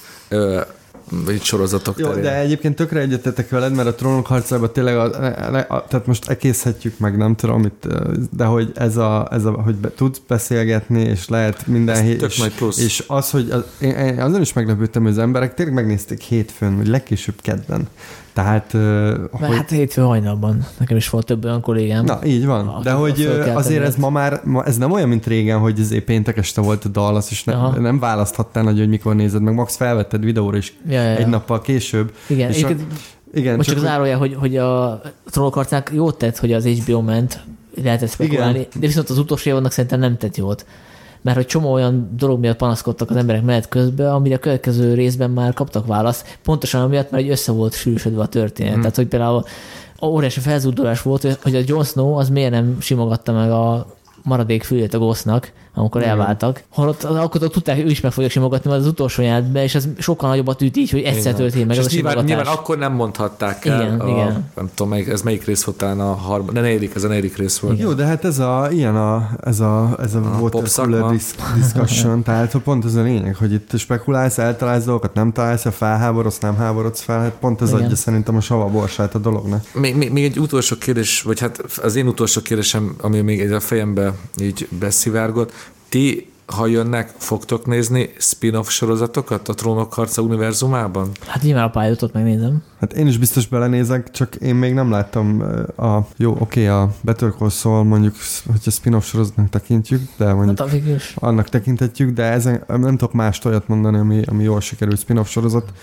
vagy sorozatok Jó, terén. de egyébként tökre egyetetek veled, mert a Trónok harcában tényleg, a, a, a, tehát most egészhetjük meg, nem tudom, itt, de hogy ez a, ez a hogy be, tudsz beszélgetni, és lehet minden hét, és, és az, hogy az, én, én azon is meglepődtem, hogy az emberek tényleg megnézték hétfőn, vagy legkésőbb kedden. Tehát, hogy... Hát hétfő hajnalban. Nekem is volt több olyan kollégám. Na, így van. De hogy azért ez ma már, ma, ez nem olyan, mint régen, hogy azért péntek este volt a Dallas, és ne, nem választhattál nagy, hogy mikor nézed, meg max felvetted videóra is ja, ja, ja. egy nappal később. Igen, és a, igen most csak az árója, hogy, hogy a Trónok harcának jót tett, hogy az há bé o ment, lehetett spekulálni, igen. De viszont az utolsó évadnak szerintem nem tett jót. Mert hogy csomó olyan dolog miatt panaszkodtak az emberek menet közben, amire a következő részben már kaptak választ, pontosan amiatt, mert össze volt sűrűsödve a történet. Hmm. Tehát, hogy például óriási felzúdulás volt, hogy a Jon Snow az miért nem simogatta meg a maradék fülét a Ghostnak, amikor elváltak. Holott az alkotók tudták, ő is meg fogja simogatni, mert az utolsó jelentben, és ez sokkal nagyobbat üt így, hogy egyszer történt meg. És az a nyilván, nyilván akkor nem mondhatták el. Igen, a, igen. Nem tudom, melyik, ez melyik rész volt talán a harmadik, de negyedik, ez a negyedik rész volt. Igen. Jó, de hát ez a, ilyen a, ez a, ez a, a water cooler discussion, tehát pont ez a lényeg, hogy itt spekulálsz, eltalálsz dolgokat, nem találsz, felháborodsz, nem háborodsz fel, hát pont ez igen. adja szerintem a savaborsát a dolognak. Még, még, még egy utolsó kérdés, vagy hát az én utolsó kérdésem, ami még egy a fejembe így beszivárgott, ti, ha jönnek, fogtok nézni spin-off sorozatokat a Trónok harca univerzumában? Hát nyilván a Pilotot megnézem. Hát én is biztos belenézek, csak én még nem láttam a... Jó, oké, okay, a Better Call Saul mondjuk, hogyha spin-off sorozatnak tekintjük, de mondjuk hát annak tekintetjük, de ezen nem tudok más olyat mondani, ami, ami jól sikerült spin-off sorozat.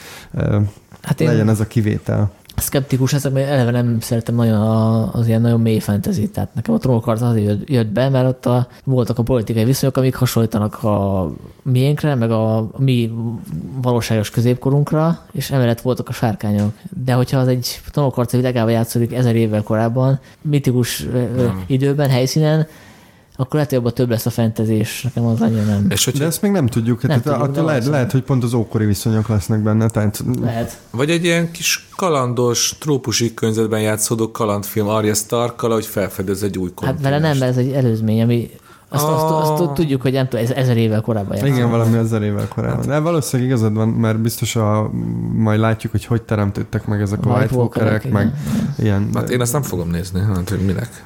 Hát legyen én... ez a kivétel. Szkeptikus ezek, mert eleve nem szeretem nagyon az ilyen nagyon mély fantasy, tehát nekem a Trónok harca azért jött be, mert ott a, voltak a politikai viszonyok, amik hasonlítanak a miénkre, meg a mi valóságos középkorunkra, és emellett voltak a sárkányok. De hogyha az egy Trónok harca világában játszódik ezer évvel korábban, mitikus hmm. időben, helyszínen, akkor lehet, hogy abban több lesz a fentezés. Nekem az annyira nem. És hogyha... De ezt még nem tudjuk. Nem tehát tudjuk lehet, lehet, hogy pont az ókori viszonyok lesznek benne. Tehát... Lehet. Vagy egy ilyen kis kalandos, trópusi környezetben játszódó kalandfilm Arya Starkkal, hogy felfedez egy új kontinens. Hát vele nem, ez egy előzmény, ami azt, oh. azt, azt, azt tudjuk, hogy nem tudom, ez ezer évvel korábban játszódik. Igen, valami ezer évvel korábban. De valószínűleg igazad van, mert biztos a, majd látjuk, hogy hogy teremtődtek meg ezek a, a White Walkerek, meg ilyen. Hát én azt nem fogom nézni, hát hogy minek.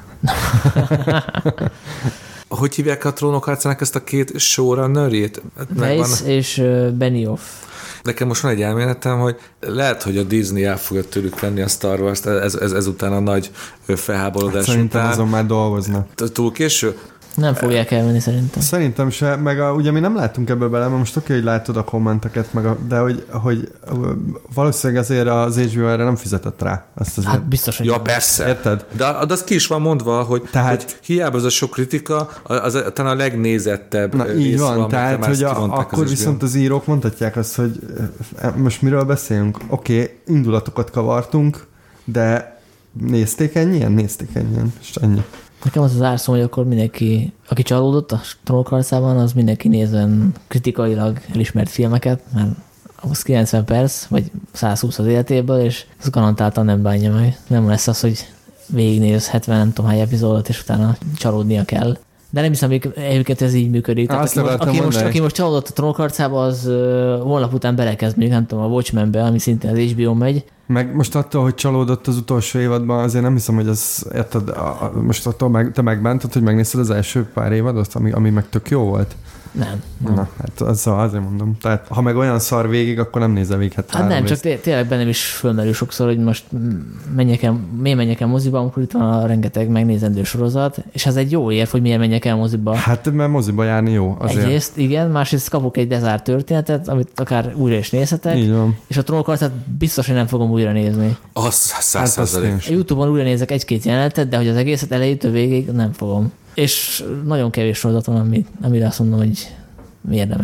Hogy hívják a Trónok harcának ezt a két showrunnerjét? Weiss és uh, Benioff. Nekem most van egy elméletem, hogy lehet, hogy a Disney el fogja tőlük venni a Star Wars-t ez, ez, ezután a nagy felháborodás hát szerintem után. azon már dolgoznak. Túl késő? Nem fogják elvenni szerintem. Szerintem se, meg a, ugye mi nem láttunk ebből bele, mert most oké, hogy látod a kommenteket, meg a, de hogy, hogy valószínűleg azért az há bé o erre nem fizetett rá. Azt azért. Hát biztos, hogy ja, persze. Érted? De, de az ki is van mondva, hogy, tehát, hogy hiába az a sok kritika, az, az talán a legnézettebb. Na így van, van tehát hogy a, akkor az viszont az írók mondhatják azt, hogy most miről beszélünk? Oké, okay, indulatokat kavartunk, de nézték ennyien? Nézték ennyien, és ennyi. Nekem az az árszó, hogy akkor mindenki, aki csalódott a Trónok harcában, az mindenki nézzen kritikailag elismert filmeket, mert az kilencven perc, vagy százhúsz az életéből, és ez garantáltan nem bánja meg. Nem lesz az, hogy végignéz hetven nem tudom hány epizódot, és utána csalódnia kell. De nem hiszem, hogy egyébként ez így működik. Tehát aki, most, aki, most, aki most csalódott a Trónok harcába, az uh, holnap után belekezd, mondjuk nem tudom, a Watchmenbe, ami szintén az há bé o megy. Meg most attól, hogy csalódott az utolsó évadban, azért nem hiszem, hogy az, érted, a, a, most attól meg, te megbántod, hogy megnézted az első pár évadot, ami, ami meg tök jó volt. Nem. nem. Na, hát az, azért mondom. Tehát, ha meg olyan szar végig, akkor nem nézze végig. Hát, hát nem, csak té- tényleg bennem is fölmerül sokszor, hogy most menjek el, miért menjek el moziba, amikor itt van a rengeteg megnézendő sorozat, és ez egy jó érv, hogy miért menjek el moziba. Hát, mert moziba járni jó. Azért. Egyrészt, igen, másrészt kapok egy dezárt történetet, amit akár újra is nézhetek. Így van. És a Trónok harcát biztos, hogy nem fogom újra nézni. Az száz százalék. A YouTube-on újra nézek egy-két jelenetet, de hogy az egészet elejétől végig nem fogom. És nagyon kevés sorozat van, ami, amire azt mondom, hogy érdemes.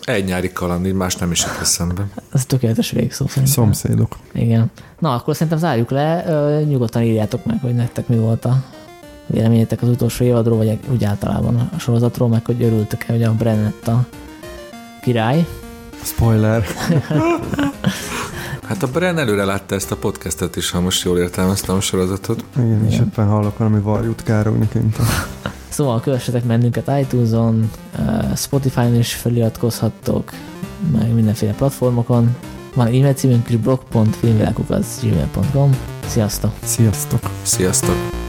Egy nyári kaland, így más nem is jött eszembe. Ez tökéletes végszó szerintem. Szomszédok. Igen. Na, akkor szerintem zárjuk le. Nyugodtan írjátok meg, hogy nektek mi volt a véleményetek az utolsó évadról, vagy úgy általában a sorozatról, meg hogy örültök-e, hogy a Bran lett a király. Spoiler. Hát a Bran előre látta ezt a podcastet is, ha most jól értelmeztem a sorozatot. Igen, és éppen hallok valami varjút károgni kint. Szóval kövessetek bennünket iTunes-on, Spotify-on is feliratkozhattok, meg mindenféle platformokon. Van e-mail címünk is blog pont filmvilágkukac gmail pont com. Sziasztok! Sziasztok! Sziasztok!